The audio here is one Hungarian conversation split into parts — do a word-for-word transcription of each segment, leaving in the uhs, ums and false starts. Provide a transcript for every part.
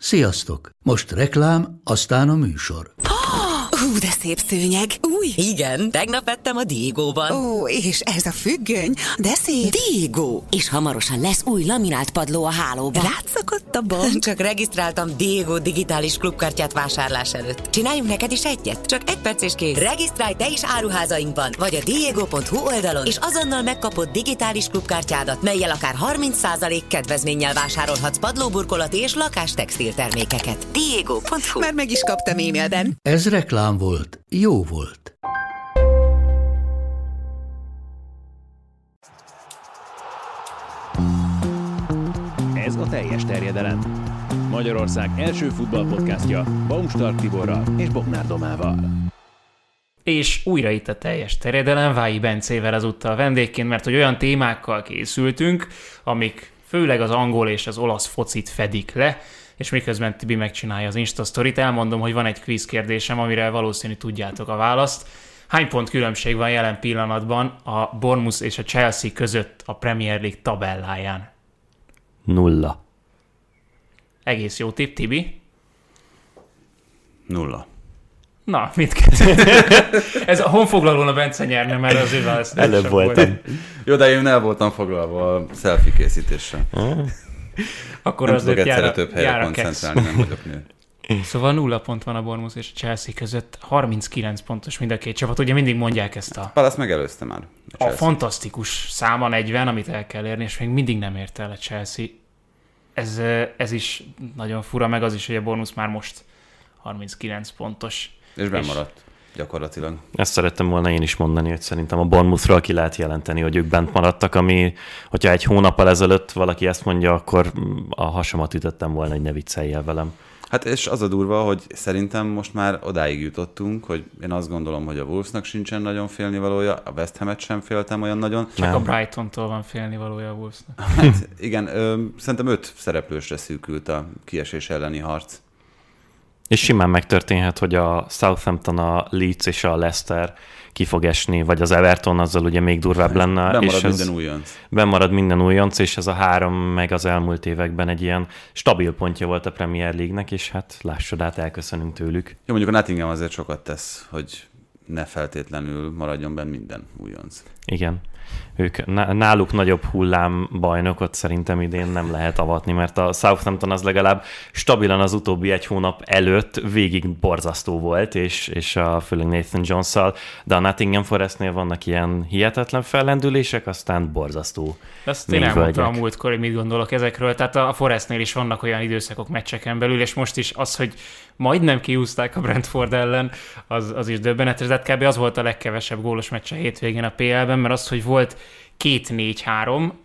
Sziasztok! Most reklám, aztán a műsor. Hú, de szép szőnyeg. Új. Igen, tegnap vettem a Diegóban. Ó, és ez a függöny, de szép. Diegó. És hamarosan lesz új laminált padló a hálóban. Rátszakadt a bank. Csak regisztráltam Diegó digitális klubkártyát vásárlás előtt. Csináljunk neked is egyet? Csak egy perc és kész. Regisztrálj te is áruházainkban, vagy a diego pont hu oldalon, és azonnal megkapod digitális klubkártyádat, mellyel akár harminc százalék kedvezménnyel vásárolhatsz padlóburkolati és lakástextil termékeket. diego pont hu. Már meg is kaptam e-mailben. Ez reklám volt, jó volt. Ez a teljes terjedelem. Magyarország első futballpodcastja Baumstark Tiborral és Bognár Domával. És újra itt a teljes terjedelem, Vályi Bencével ezúttal vendégként, mert hogy olyan témákkal készültünk, amik főleg az angol és az olasz focit fedik le, és miközben Tibi megcsinálja az Insta Storyt, elmondom, hogy van egy quiz kérdésem, amire valószínű tudjátok a választ. Hány pont különbség van jelen pillanatban a Bournemouth és a Chelsea között a Premier League tabelláján? Nulla. Egész jó tipp, Tibi? Nulla. Na, mit kezdett? Ez a honfoglalón a Bence nyerne, mert az ő választ. Előbb voltam. Jó, de én el voltam foglalva a selfie készítéssel. Akkor nem azért tudok egyszerre jár, több helyre koncentrálni, nem vagyok nő. Szóval nulla pont van a Bournemouth és a Chelsea között, harminckilenc pontos mind a két csapat. Ugye mindig mondják ezt a... Palace megelőzte már. A, a fantasztikus száma negyven, amit el kell érni, és még mindig nem érte el a Chelsea. Ez, ez is nagyon fura, meg az is, hogy a Bournemouth már most harminckilenc pontos. És bennmaradt gyakorlatilag. Ezt szerettem volna én is mondani, hogy szerintem a Bournemouthról ki lehet jelenteni, hogy ők bent maradtak, ami, hogyha egy hónappal ezelőtt valaki ezt mondja, akkor a hasamat ütöttem volna, hogy ne vicceljél velem. Hát és az a durva, hogy szerintem most már odáig jutottunk, hogy én azt gondolom, hogy a Wolvesnak sincsen nagyon félnivalója, a West Hamet sem féltem olyan nagyon. Csak nem. A Brightontól van félnivalója a Wolvesnak. Hát igen, ö, szerintem öt szereplősre szűkült a kiesés elleni harc. És simán megtörténhet, hogy a Southampton, a Leeds és a Leicester ki fog esni, vagy az Everton, azzal ugye még durvább lenne. Bemarad és minden újonc. Bemarad minden újonc, és ez a három meg az elmúlt években egy ilyen stabil pontja volt a Premier League-nek, és hát lássad át, elköszönünk tőlük. Jó, mondjuk a Nottingham azért sokat tesz, hogy ne feltétlenül maradjon benne minden újonc. Igen. Ők, náluk nagyobb hullám bajnokot szerintem idén nem lehet avatni, mert a Southampton az legalább stabilan az utóbbi egy hónap előtt végig borzasztó volt, és, és a, főleg Nathan Jones-szal, de a Nottingham Forestnél vannak ilyen hihetetlen fellendülések, aztán borzasztó. Ezt én elmondtam a múltkor, hogy mit gondolok ezekről, tehát a Forestnél is vannak olyan időszakok meccseken belül, és most is az, hogy majdnem kiúzták a Brentford ellen, az, az is döbbenetes, de kb. Az volt a legkevesebb gólos meccs a hétvégén a pé el-ben, mert az, hogy volt két négy három,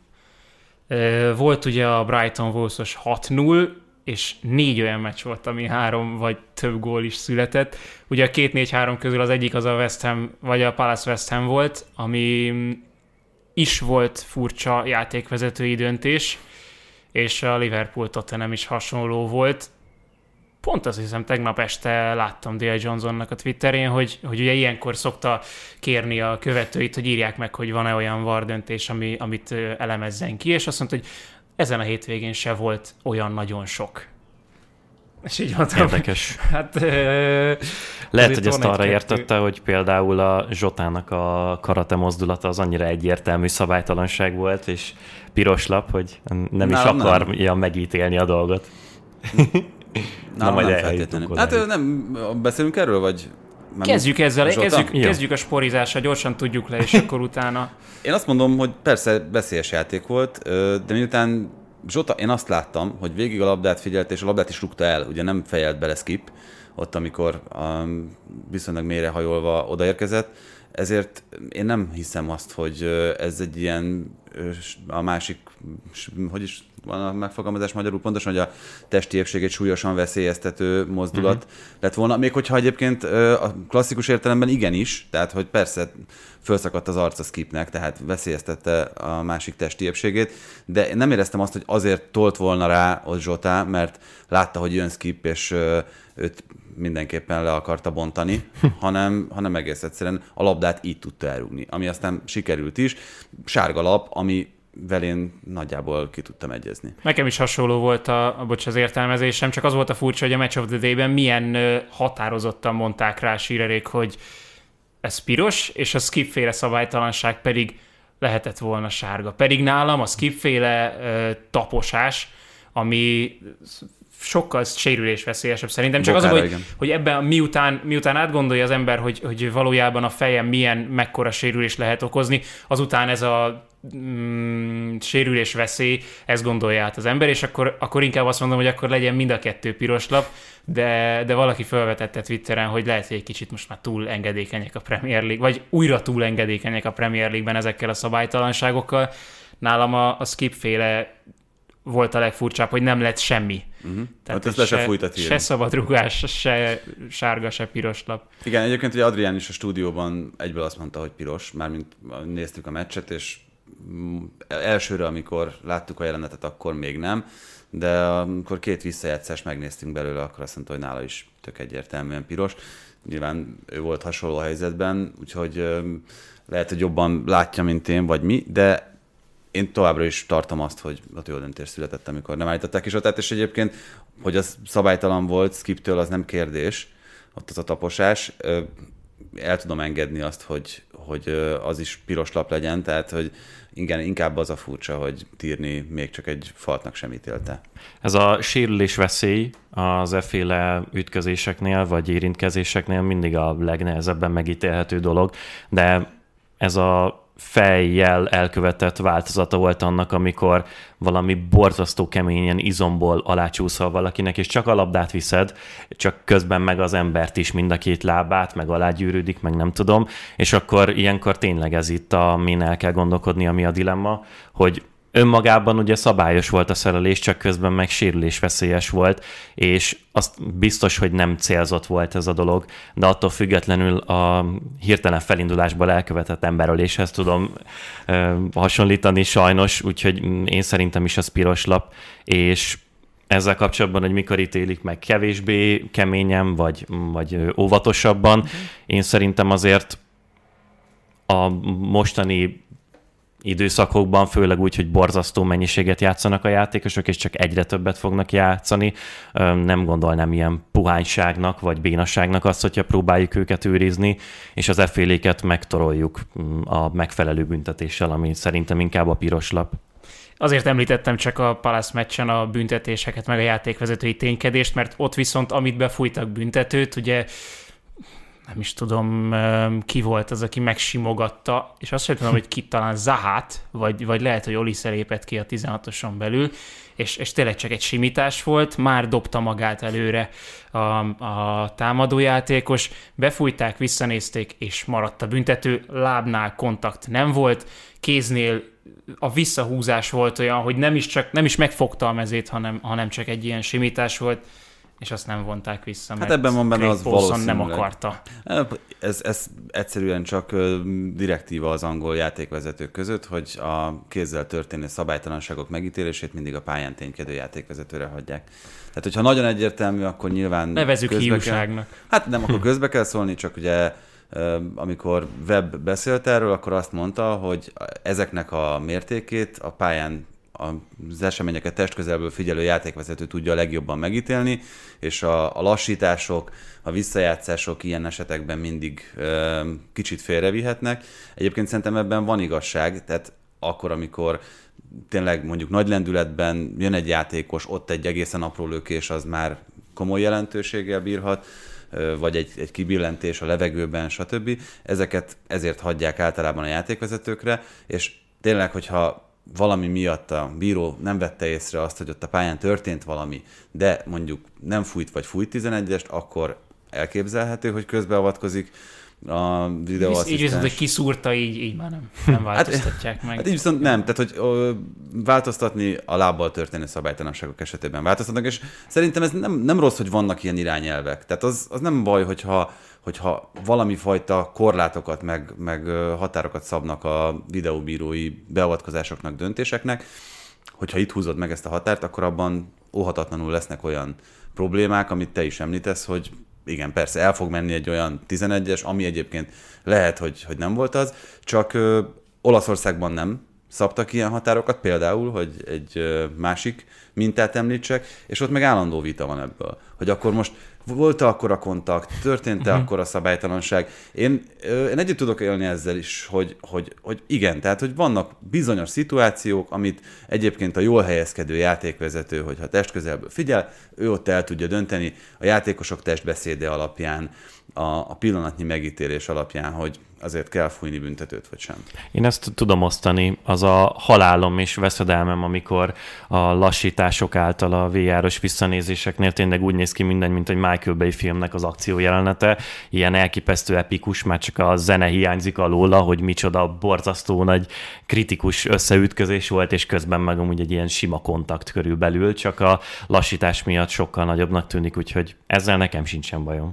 volt ugye a Brighton Wolves-os hat null, és négy olyan meccs volt, ami három vagy több gól is született. Ugye a két négy három közül az egyik az a West Ham, vagy a Palace West Ham volt, ami is volt furcsa játékvezetői döntés, és a Liverpool Tottenham is hasonló volt. Pont azt hiszem, tegnap este láttam Dale Johnsonnak a Twitterén, hogy, hogy ugye ilyenkor szokta kérni a követőit, hogy írják meg, hogy van-e olyan VAR döntés, ami, amit elemezzen ki, és azt mondta, hogy ezen a hétvégén se volt olyan nagyon sok. És így mondtam, érdekes. Hát, euh, lehet, hogy ezt arra értette, hogy például a Zsotának a karate mozdulata az annyira egyértelmű szabálytalanság volt, és piros lap, hogy nem is Nálam akarja nem. megítélni a dolgot. Na, majd nem feltétlenül. Hát nem, beszélünk erről, vagy... Kezdjük ezzel, kezdjük, kezdjük a sporizással, gyorsan tudjuk le, és akkor utána... Én azt mondom, hogy persze veszélyes játék volt, de miután Zsota, én azt láttam, hogy végig a labdát figyelt, és a labdát is rúgta el, ugye nem fejelt bele skip, ott amikor um, viszonylag mélyrehajolva odaérkezett, ezért én nem hiszem azt, hogy ez egy ilyen a másik, hogy is van a megfogalmazás magyarul pontosan, hogy a testi épségét súlyosan veszélyeztető mozdulat uh-huh. lett volna. Még hogyha egyébként a klasszikus értelemben igenis, tehát hogy persze fölszakadt az arc a skipnek, tehát veszélyeztette a másik testi épségét, de nem éreztem azt, hogy azért tolt volna rá ott Zsota, mert látta, hogy jön skip, és őt mindenképpen le akarta bontani, hanem, hanem egész egyszerűen a labdát így tudta elrúgni, ami aztán sikerült is. Sárga lap, ami velén nagyjából ki tudtam egyezni. Nekem is hasonló volt a, a bocs, az értelmezésem, csak az volt a furcsa, hogy a Match of the Day-ben milyen ö, határozottan mondták rá Shearerék, hogy ez piros, és a skipféle szabálytalanság pedig lehetett volna sárga. Pedig nálam a skipféle ö, taposás, ami sokkal sérülésveszélyesebb szerintem. Csak Bokára, az, hogy, igen. hogy ebben miután, miután átgondolja az ember, hogy, hogy valójában a fejem milyen, mekkora sérülés lehet okozni, azután ez a mm, sérülés veszély, ezt gondolja át az ember, és akkor, akkor inkább azt mondom, hogy akkor legyen mind a kettő piros lap, de, de valaki felvetette Twitteren, hogy lehet, hogy egy kicsit most már túl engedékenyek a Premier League, vagy újra túl engedékenyek a Premier League-ben ezekkel a szabálytalanságokkal. Nálam a, a skipféle volt a legfurcsább, hogy nem lett semmi. Uh-huh. Tehát hát ezt le se fújtat írni. Se szabadrugás, se sárga, se piros lap. Igen, egyébként ugye Adrián is a stúdióban egyből azt mondta, hogy piros, mármint néztük a meccset, és elsőre, amikor láttuk a jelenetet, akkor még nem, de amikor két visszajátszást megnéztünk belőle, akkor azt mondta, hogy nála is tök egyértelműen piros. Nyilván ő volt hasonló helyzetben, úgyhogy lehet, hogy jobban látja, mint én, vagy mi, de én továbbra is tartom azt, hogy ott jó döntés született, amikor nem állították is ott, és egyébként, hogy az szabálytalan volt Skiptől, az nem kérdés, ott az a taposás. El tudom engedni azt, hogy, hogy az is piros lap legyen, tehát, hogy igen, inkább az a furcsa, hogy Tierney még csak egy faltnak sem ítélte. Ez a sérülés veszély az efféle ütközéseknél, vagy érintkezéseknél mindig a legnehezebben megítélhető dolog, de ez a fejjel elkövetett változata volt annak, amikor valami borzasztó keményen izomból alácsúszol valakinek, és csak a labdát viszed, csak közben meg az embert is, mind a két lábát, meg alágyűrűdik, meg nem tudom, és akkor ilyenkor tényleg ez itt, amin el kell gondolkodni, ami a dilemma, hogy önmagában ugye szabályos volt a szerelés, csak közben meg sérülésveszélyes volt, és azt biztos, hogy nem célzott volt ez a dolog, de attól függetlenül a hirtelen felindulásból elkövetett emberöléshez tudom uh, hasonlítani sajnos, úgyhogy én szerintem is az piros lap, és ezzel kapcsolatban, hogy mikor ítélik meg kevésbé keményen, vagy, vagy óvatosabban, én szerintem azért a mostani időszakokban, főleg úgy, hogy borzasztó mennyiséget játszanak a játékosok, és csak egyre többet fognak játszani. Nem gondolnám ilyen puhányságnak, vagy bénasságnak azt, hogyha próbáljuk őket őrizni, és az efféléket megtoroljuk a megfelelő büntetéssel, ami szerintem inkább a piros lap. Azért említettem csak a Palace meccsen a büntetéseket, meg a játékvezetői ténykedést, mert ott viszont, amit befújtak büntetőt, ugye nem is tudom, ki volt az, aki megsimogatta, és azt sem tudom, hogy ki, talán Zahát, vagy, vagy lehet, hogy Olise lépett ki a tizenhatoson belül, és, és tényleg csak egy simítás volt, már dobta magát előre a, a támadójátékos, befújták, visszanézték, és maradt a büntető, lábnál kontakt nem volt, kéznél a visszahúzás volt olyan, hogy nem is, csak, nem is megfogta a mezét, hanem, hanem csak egy ilyen simítás volt, és azt nem vonták vissza, mert hát ebben van benne az valószínűleg. nem akarta. Ez, ez egyszerűen csak direktíva az angol játékvezetők között, hogy a kézzel történő szabálytalanságok megítélését mindig a pályán ténykedő játékvezetőre hagyják. Tehát, hogyha nagyon egyértelmű, akkor nyilván nevezzük hiúságnak. Kell, hát nem, akkor közbe kell szólni, csak ugye amikor Webb beszélt erről, akkor azt mondta, hogy ezeknek a mértékét a pályán az eseményeket testközelből figyelő játékvezető tudja a legjobban megítélni, és a, a lassítások, a visszajátszások ilyen esetekben mindig ö, kicsit félrevihetnek. Egyébként szerintem ebben van igazság, tehát akkor, amikor tényleg mondjuk nagy lendületben jön egy játékos, ott egy egészen apró lökés, az már komoly jelentőséggel bírhat, vagy egy, egy kibillentés a levegőben, stb. Ezeket ezért hagyják általában a játékvezetőkre, és tényleg, hogyha valami miatt a bíró nem vette észre azt, hogy ott a pályán történt valami, de mondjuk nem fújt vagy fújt tizenegyest, akkor elképzelhető, hogy közbeavatkozik a videóasszisztens. Így viszont, hogy kiszúrta, így, így már nem, nem változtatják hát, meg. Hát így viszont nem, tehát hogy ö, változtatni a lábbal történő szabálytalanságok esetében változtatnak, és szerintem ez nem, nem rossz, hogy vannak ilyen irányelvek. Tehát az, az nem baj, hogyha, hogyha valami fajta korlátokat, meg, meg határokat szabnak a videóbírói beavatkozásoknak, döntéseknek, hogyha itt húzod meg ezt a határt, akkor abban óhatatlanul lesznek olyan problémák, amit te is említesz, hogy igen, persze el fog menni egy olyan tizenegyes, ami egyébként lehet, hogy, hogy nem volt az, csak ö, Olaszországban nem szabtak ilyen határokat, például, hogy egy másik mintát említsek, és ott meg állandó vita van ebből, hogy akkor most volt-e akkora kontakt, történt-e uh-huh. akkora szabálytalanság. Én, én együtt tudok élni ezzel is, hogy, hogy, hogy igen, tehát hogy vannak bizonyos szituációk, amit egyébként a jól helyezkedő játékvezető, hogyha testközelből figyel, ő ott el tudja dönteni a játékosok testbeszéde alapján, a, a pillanatnyi megítélés alapján, hogy azért kell fújni büntetőt, vagy sem. Én ezt tudom osztani, az a halálom és veszedelmem, amikor a lassítások által a vé er-os visszanézéseknél tényleg úgy néz ki minden, mint egy Michael Bay filmnek az akció jelenete, ilyen elképesztő epikus, már csak a zene hiányzik alóla, hogy micsoda borzasztó nagy kritikus összeütközés volt, és közben meg amúgy egy ilyen sima kontakt körülbelül, csak a lassítás miatt sokkal nagyobbnak tűnik, úgyhogy ezzel nekem sincsen bajom.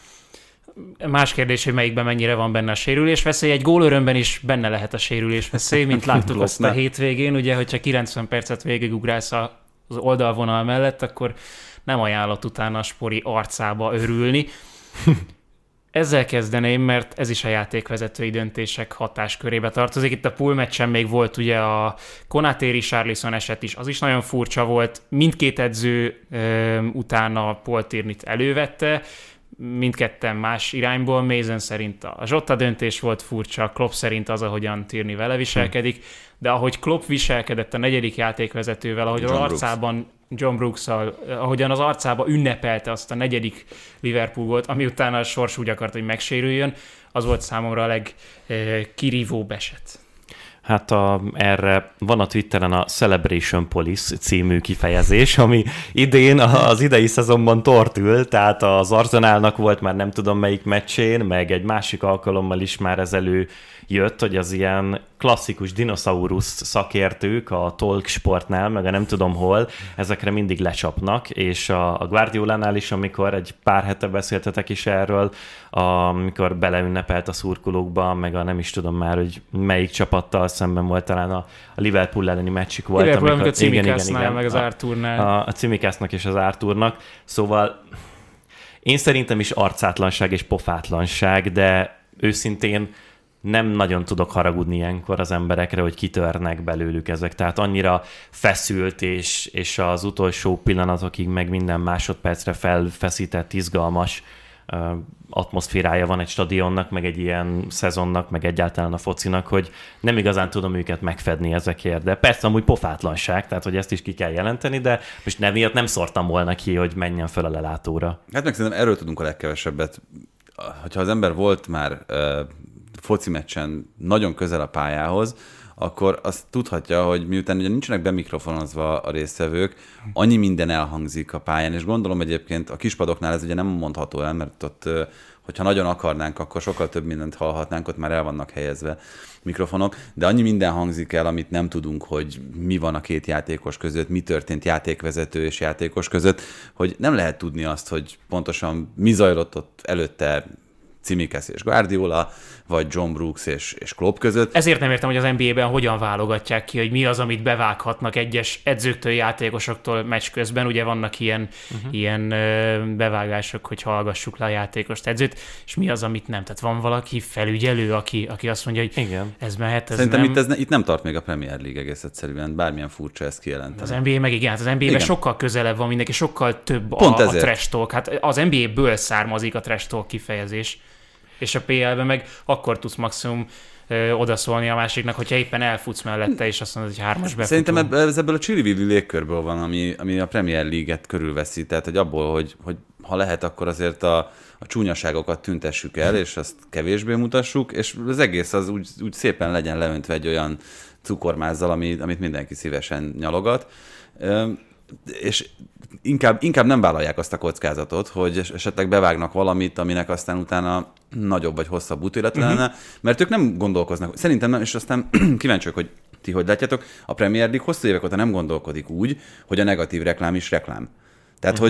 Más kérdés, hogy melyikben mennyire van benne a sérülésveszély. Egy gólörömben is benne lehet a sérülésveszély, mint láttuk azt a hétvégén, ugye, hogyha kilencven percet végigugrálsz az oldalvonal mellett, akkor nem ajánlott utána a Spori arcába örülni. Ezzel kezdeném, mert ez is a játékvezetői döntések hatáskörébe tartozik. Itt a pool meccsen még volt ugye a Konaté-Richarlison eset is, az is nagyon furcsa volt. Mindkét edző ö, utána Paul Tierneyt elővette, mindketten más irányból. Mason szerint a Zsota döntés volt furcsa, Klopp szerint az, ahogyan Tierney vele viselkedik, de ahogy Klopp viselkedett a negyedik játékvezetővel, ahogy John az arcában Brooks. John Brooks-szal, ahogyan az arcába ünnepelte azt a negyedik Liverpool volt, ami utána a sors úgy akart, hogy megsérüljön, az volt számomra a legkirívóbb eset. Hát a, erre van a Twitteren a Celebration Police című kifejezés, ami idén az idei szezonban tortül, tehát az Arsenalnak volt már nem tudom melyik meccsén, meg egy másik alkalommal is már ez elő jött, hogy az ilyen klasszikus dinoszaurusz szakértők a Talk Sportnál, meg a nem tudom hol, ezekre mindig lecsapnak, és a, a Guardiolánál is, amikor egy pár hete beszéltetek is erről, amikor beleünnepelt a szurkolókba, meg a nem is tudom már, hogy melyik csapattal szemben volt, talán a, a Liverpool elleni meccsik volt. Liverpool, amikor, a Cimikásznál, meg az Arturnál. A, a, a Cimikásznak és az Arturnak, szóval én szerintem is arcátlanság és pofátlanság, de őszintén nem nagyon tudok haragudni ilyenkor az emberekre, hogy kitörnek belőlük ezek. Tehát annyira feszült, és, és az utolsó pillanatokig meg minden másodpercre felfeszített, izgalmas uh, atmoszférája van egy stadionnak, meg egy ilyen szezonnak, meg egyáltalán a focinak, hogy nem igazán tudom őket megfedni ezekért. De persze amúgy pofátlanság, tehát hogy ezt is ki kell jelenteni, de most nem miatt nem szórtam volna ki, hogy menjen fel a lelátóra. Hát meg szerintem erről tudunk a legkevesebbet. Hogyha az ember volt már uh... foci meccsen nagyon közel a pályához, akkor azt tudhatja, hogy miután ugye nincsenek bemikrofonozva a résztvevők, annyi minden elhangzik a pályán, és gondolom egyébként a kispadoknál ez ugye nem mondható el, mert ott, hogyha nagyon akarnánk, akkor sokkal több mindent hallhatnánk, ott már el vannak helyezve mikrofonok, de annyi minden hangzik el, amit nem tudunk, hogy mi van a két játékos között, mi történt játékvezető és játékos között, hogy nem lehet tudni azt, hogy pontosan mi zajlott ott előtte Tsimikas és Guardiola, vagy John Brooks és, és Klopp között. Ezért nem értem, hogy az en bé á-ben hogyan válogatják ki, hogy mi az, amit bevághatnak egyes edzőktől, játékosoktól meccs közben. Ugye vannak ilyen, uh-huh. ilyen bevágások, hogy hallgassuk le a játékost, edzőt, és mi az, amit nem. Tehát van valaki felügyelő, aki, aki azt mondja, hogy igen. ez mehet, ez Szerintem nem. Itt, ez ne, itt nem tart még a Premier League egész egyszerűen, bármilyen furcsa ezt kijelenteni. Az en bé á meg igen, hát az en bé á-ben sokkal közelebb van mindenki, sokkal több Pont a, a trash talk. Hát az en bé á-ből származik a trash talk kifejezés. És a pé el-ben meg akkor tudsz maximum ö, odaszólni a másiknak, hogyha éppen elfutsz mellette, és azt mondod, hogy hármas befutó. Szerintem ez ebből a csili-villi légkörből van, ami, ami a Premier League-et körülveszi. Tehát, hogy abból, hogy, hogy ha lehet, akkor azért a, a csúnyaságokat tüntessük el, és azt kevésbé mutassuk, és az egész az úgy, úgy szépen legyen leöntve egy olyan cukormázzal, amit, amit mindenki szívesen nyalogat. Ö, és inkább, inkább nem vállalják azt a kockázatot, hogy esetleg bevágnak valamit, aminek aztán utána nagyobb vagy hosszabb útélete lenne, uh-huh. mert ők nem gondolkoznak. Szerintem nem, és aztán kíváncsiak, hogy ti hogy látjátok, a Premier League hosszú évek óta nem gondolkodik úgy, hogy a negatív reklám is reklám. Tehát, uh-huh. hogy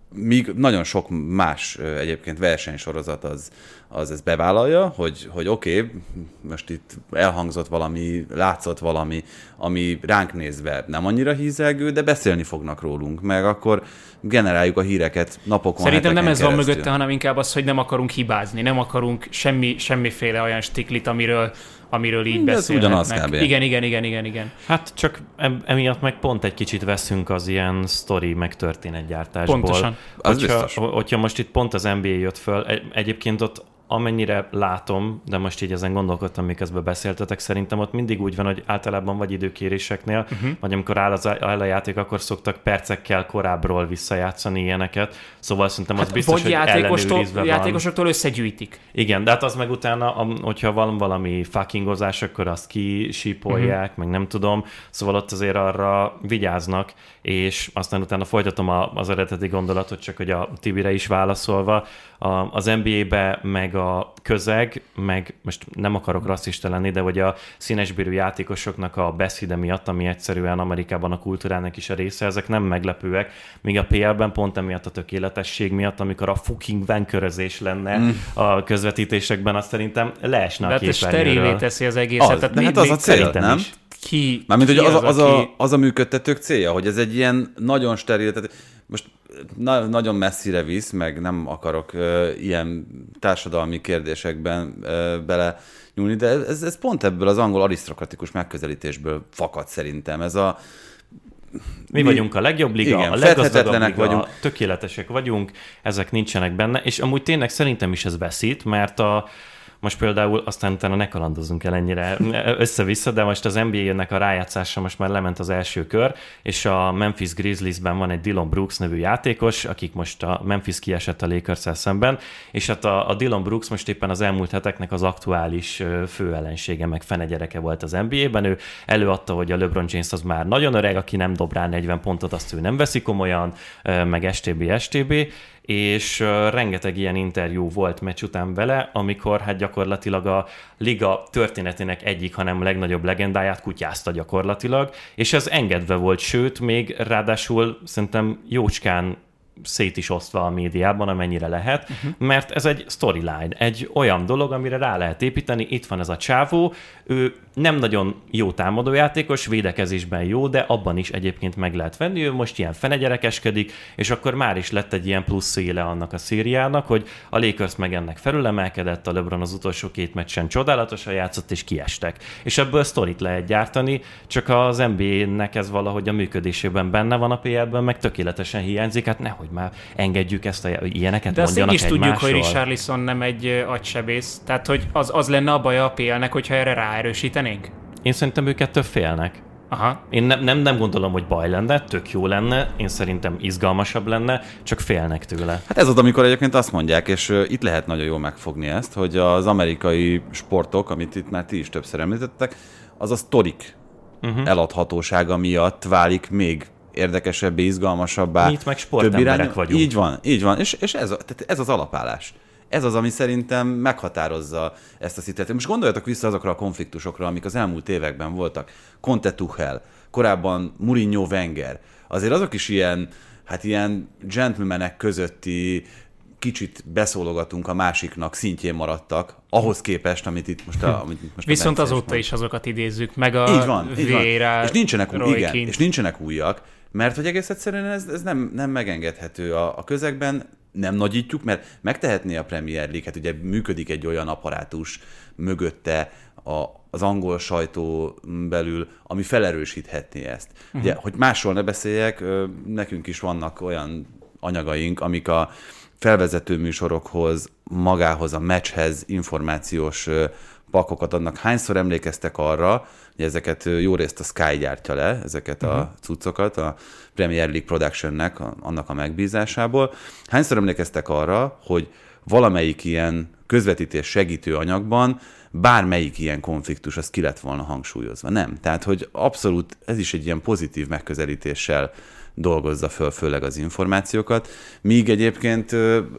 míg nagyon sok más egyébként versenysorozat az, az ezt bevállalja, hogy, hogy oké, okay, most itt elhangzott valami, látszott valami, ami ránk nézve nem annyira hízelgő, de beszélni fognak rólunk, meg akkor generáljuk a híreket napokon, Szerintem nem ez keresztül. van mögötte, hanem inkább az, hogy nem akarunk hibázni, nem akarunk semmi, semmiféle olyan stiklit, amiről amiről így de beszélhetnek. Igen, igen, igen, igen, igen. Hát csak emiatt meg pont egy kicsit veszünk az ilyen sztori, meg történetgyártásból. Pontosan. Hogyha, hogyha most itt pont az en bé á jött föl, egyébként ott amennyire látom, de most így ezen gondolkodtam, miközben beszéltetek, szerintem ott mindig úgy van, hogy általában vagy időkéréseknél, uh-huh. vagy amikor áll, az, áll a játék, akkor szoktak percekkel korábbról visszajátszani ilyeneket. Szóval szerintem az hát biztos, hogy ellenőrizve van. Játékosoktól összegyűjtik. Igen, de hát az meg utána, hogyha van valami fuckingozás, akkor azt kisípolják, uh-huh. meg nem tudom. Szóval ott azért arra vigyáznak, és aztán utána folytatom az eredeti gondolatot, csak hogy a Tibire is válaszolva, az en bé á-be meg a közeg, meg most nem akarok rasszista lenni, de hogy a színesbőrű játékosoknak a beszéde miatt, ami egyszerűen Amerikában a kultúrának is a része, ezek nem meglepőek, míg a pé el-ben pont emiatt a tökéletesség miatt, amikor a fucking vankörözés lenne mm. a közvetítésekben, azt szerintem leesne a képernyőről. De hát sterilé teszi az egészet. Az, tehát de mi, hát az a cél, nem? Is. Ki, Mármint, hogy az, az, az, aki... a, az a működtetők célja, hogy ez egy ilyen nagyon steril, tehát most na, nagyon messzire visz, meg nem akarok uh, ilyen társadalmi kérdésekben uh, bele nyúlni, de ez, ez pont ebből az angol arisztokratikus megközelítésből fakad szerintem. Ez a Mi, mi vagyunk a legjobb liga, igen, a leggazdagabb liga, vagyunk. Tökéletesek vagyunk, ezek nincsenek benne, és amúgy tényleg szerintem is ez veszít, mert a most például, aztán utána ne kalandozunk el ennyire össze-vissza, de most az en bé á-nek a rájátszása most már lement az első kör, és a Memphis Grizzliesben van egy Dillon Brooks nevű játékos, akik most a Memphis kiesett a Lakers-szel szemben, és hát a, a Dillon Brooks most éppen az elmúlt heteknek az aktuális főellensége, meg fenegyereke volt az en bé á-ben. Ő előadta, hogy a LeBron James az már nagyon öreg, aki nem dob rá negyven pontot, azt ő nem veszi komolyan, meg stb. stb. És uh, rengeteg ilyen interjú volt meccs után vele, amikor hát gyakorlatilag a liga történetének egyik, hanem legnagyobb legendáját kutyázta gyakorlatilag, és ez engedve volt, sőt, még ráadásul szerintem jócskán szét is osztva a médiában, amennyire lehet, uh-huh. mert ez egy storyline, egy olyan dolog, amire rá lehet építeni. Itt van ez a csávó, ő nem nagyon jó támadójátékos, védekezésben jó, de abban is egyébként meg lehet venni, ő most ilyen fenegyerekeskedik, és akkor már is lett egy ilyen plusz széle annak a szériának, hogy a Lakers meg ennek felülemelkedett, a LeBron az utolsó két meccsen csodálatosan játszott, és kiestek. És ebből sztorit lehet gyártani, csak az en bé á-nek ez valahogy a működésében benne van, a pé el-ben meg tökéletesen hiányzik, hát nehogy már engedjük ezt a ilyeneket de mondjanak egymásról. De azt is tudjuk, hogy Richarlison nem egy agysebész, tehát hogy az, az lenne a baja a pé el-nek, hogyha erre ráerősítenénk? Én szerintem ők ettől félnek. Aha. Én nem, nem, nem gondolom, hogy baj lenne, tök jó lenne, én szerintem izgalmasabb lenne, csak félnek tőle. Hát ez az, amikor egyébként azt mondják, és uh, itt lehet nagyon jól megfogni ezt, hogy az amerikai sportok, amit itt már ti is többször említettek, az a sztorik uh-huh. eladhatósága miatt válik még érdekesebbé, izgalmasabbá. Mi itt meg sportemberek vagyunk. Így van, így van, és, és ez, tehát ez az alapállás. Ez az, ami szerintem meghatározza ezt a szituációt. Most gondoljatok vissza azokra a konfliktusokra, amik az elmúlt években voltak. Conte Tuchel, korábban Mourinho Wenger. Azért azok is ilyen, hát ilyen gentlemanek közötti kicsit beszólogatunk a másiknak, szintjén maradtak, ahhoz képest, amit itt most a... Amit most Viszont a azóta is azokat idézzük, meg a így van, így van. És nincsenek, új, igen, és nincsenek újak, mert hogy egész egyszerűen ez, ez nem, nem megengedhető a, a közegben, nem nagyítjuk, mert megtehetné a Premier League, hát ugye működik egy olyan apparátus mögötte a, az angol sajtó belül, ami felerősíthetné ezt. Uh-huh. Ugye, hogy másról ne beszéljek, nekünk is vannak olyan anyagaink, amik a felvezető műsorokhoz, magához, a meccshez információs pakokat adnak. Hányszor emlékeztek arra, hogy ezeket jó részt a Sky gyártja le, ezeket uh-huh. a cuccokat, a Premier League Productionnek, annak a megbízásából. Hányszor emlékeztek arra, hogy valamelyik ilyen közvetítés segítő anyagban bármelyik ilyen konfliktus, az ki lett volna hangsúlyozva? Nem. Tehát, hogy abszolút ez is egy ilyen pozitív megközelítéssel dolgozza föl főleg az információkat, míg egyébként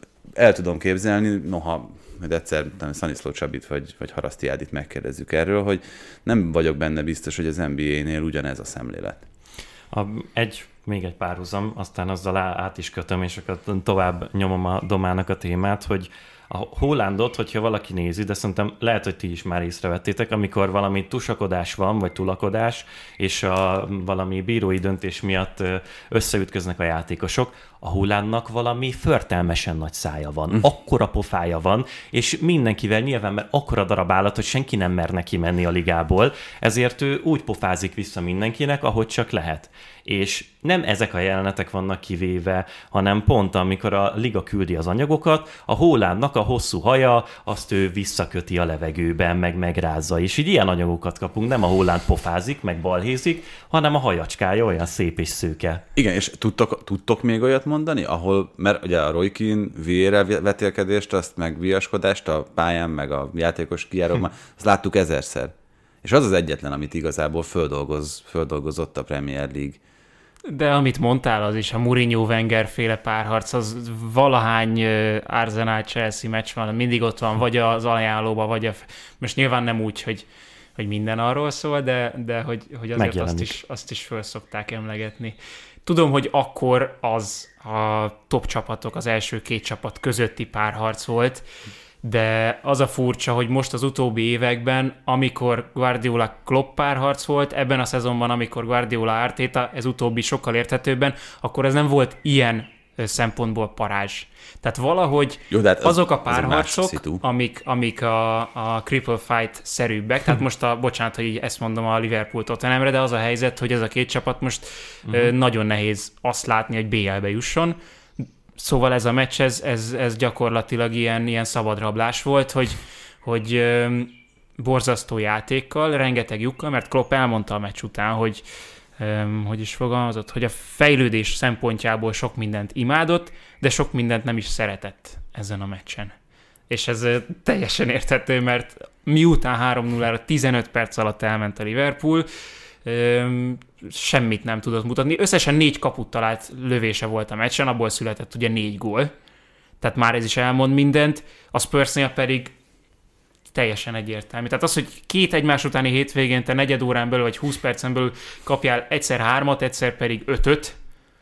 el tudom képzelni, noha hogy egyszer Szaniszló Csabit vagy, vagy Haraszti Ádit megkérdezzük erről, hogy nem vagyok benne biztos, hogy az en bé á-nél ugyanez a szemlélet. A, egy, még egy párhuzam, aztán azzal át is kötöm, és akkor tovább nyomom a Domának a témát, hogy a Haalandot, hogyha valaki nézi, de szerintem lehet, hogy ti is már észrevettétek, amikor valami tusakodás van, vagy tulakodás, és a valami bírói döntés miatt összeütköznek a játékosok, a Haalandnak valami förtelmesen nagy szája van, mm. akkora pofája van, és mindenkivel nyilván, mert akkora darab állat, hogy senki nem mer neki menni a ligából, ezért ő úgy pofázik vissza mindenkinek, ahogy csak lehet. És nem ezek a jelenetek vannak kivéve, hanem pont amikor a liga küldi az anyagokat, a Haalandnak a hosszú haja, azt ő visszaköti a levegőben, meg megrázza, és így ilyen anyagokat kapunk, nem a Haaland pofázik, meg balhézik, hanem a hajacskája olyan szép és szőke. Igen, és tudtok, tudtok még olyat mondani, ahol, mert ugye a Roy Keane vé á er vetélkedést, azt meg viaskodást a pályán, meg a játékos kijáróban, azt láttuk ezerszer. És az az egyetlen, amit igazából földolgoz, földolgozott a Premier League. De amit mondtál, az is a Mourinho-Wenger féle párharc, az valahány Arsenal-Chelsea meccs van, mindig ott van, vagy az ajánlóban, vagy a... Most nyilván nem úgy, hogy, hogy minden arról szól, de, de hogy, hogy azért azt is, azt is föl szokták emlegetni. Tudom, hogy akkor az a top csapatok, az első két csapat közötti párharc volt, de az a furcsa, hogy most az utóbbi években, amikor Guardiola Klopp párharc volt, ebben a szezonban, amikor Guardiola Arteta, ez utóbbi sokkal érthetőbben, akkor ez nem volt ilyen szempontból parázs. Tehát valahogy Jó, hát azok a párharcok, amik, amik a, a Cripple Fight-szerűbbek, tehát most a, bocsánat, hogy így ezt mondom a Liverpool Tottenhamre, de az a helyzet, hogy ez a két csapat most uh-huh. nagyon nehéz azt látni, hogy bé el-be jusson. Szóval ez a meccs, ez, ez, ez gyakorlatilag ilyen, ilyen szabadrablás volt, hogy, hogy ö, borzasztó játékkal, rengeteg lyukkal, mert Klopp elmondta a meccs után, hogy ö, hogy is fogalmazott, hogy a fejlődés szempontjából sok mindent imádott, de sok mindent nem is szeretett ezen a meccsen. És ez ö, teljesen érthető, mert miután három nullára tizenöt perc alatt elment a Liverpool, Öm, semmit nem tudott mutatni. Összesen négy kaput talált lövése volt a meccsen, abból született ugye négy gól. Tehát már ez is elmond mindent. A Spursnél pedig teljesen egyértelmű. Tehát az, hogy két egymás utáni hétvégén te negyed órán belül vagy húsz percen belül kapjál egyszer hármat, egyszer pedig ötöt,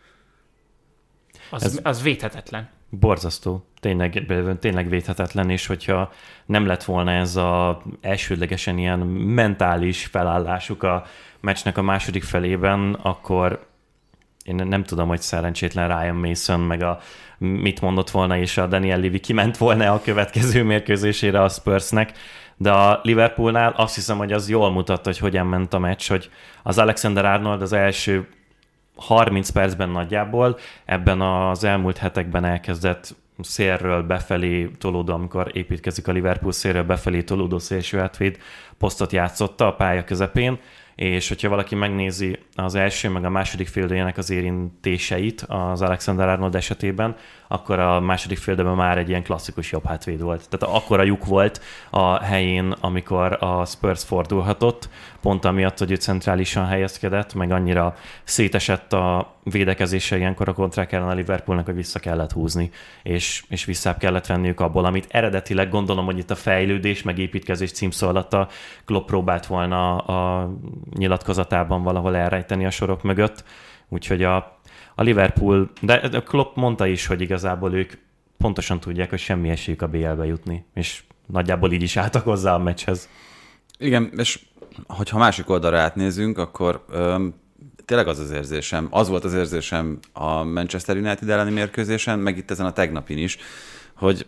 az, az védhetetlen. Borzasztó. Tényleg, tényleg védhetetlen, és hogyha nem lett volna ez a elsődlegesen ilyen mentális felállásuk a meccsnek a második felében, akkor én nem tudom, hogy szerencsétlen Ryan Mason meg a mit mondott volna, és a Daniel Levy kiment volna a következő mérkőzésére a Spursnek, de a Liverpoolnál azt hiszem, hogy az jól mutatta, hogy hogyan ment a meccs, hogy az Alexander-Arnold az első harminc percben nagyjából ebben az elmúlt hetekben elkezdett szélről befelé tolódó, amikor építkezik a Liverpool, szélről befelé tolódó szélső átvéd posztot játszotta a pálya közepén, és hogyha valaki megnézi az első meg a második féldőjének az érintéseit az Alexander-Arnold esetében, akkor a második féldőben már egy ilyen klasszikus jobb hátvéd volt. Tehát akkora lyuk volt a helyén, amikor a Spurs fordulhatott, pont amiatt, hogy ő centrálisan helyezkedett, meg annyira szétesett a védekezése ilyenkor a kontrák ellen a Liverpoolnak, hogy vissza kellett húzni, és, és visszább kellett venniük abból, amit eredetileg gondolom, hogy itt a fejlődés, meg építkezés címszó alatt a Klopp próbált volna a nyilatkozatában valahol elrejteni a sorok mögött. Úgyhogy a, a Liverpool, de a Klopp mondta is, hogy igazából ők pontosan tudják, hogy semmi esélyük a bé el-be jutni, és nagyjából így is álltak hozzá a meccshez. Igen, és hogyha másik oldalra átnézünk, akkor öm, tényleg az az érzésem, az volt az érzésem a Manchester United elleni mérkőzésen, meg itt ezen a tegnapin is, hogy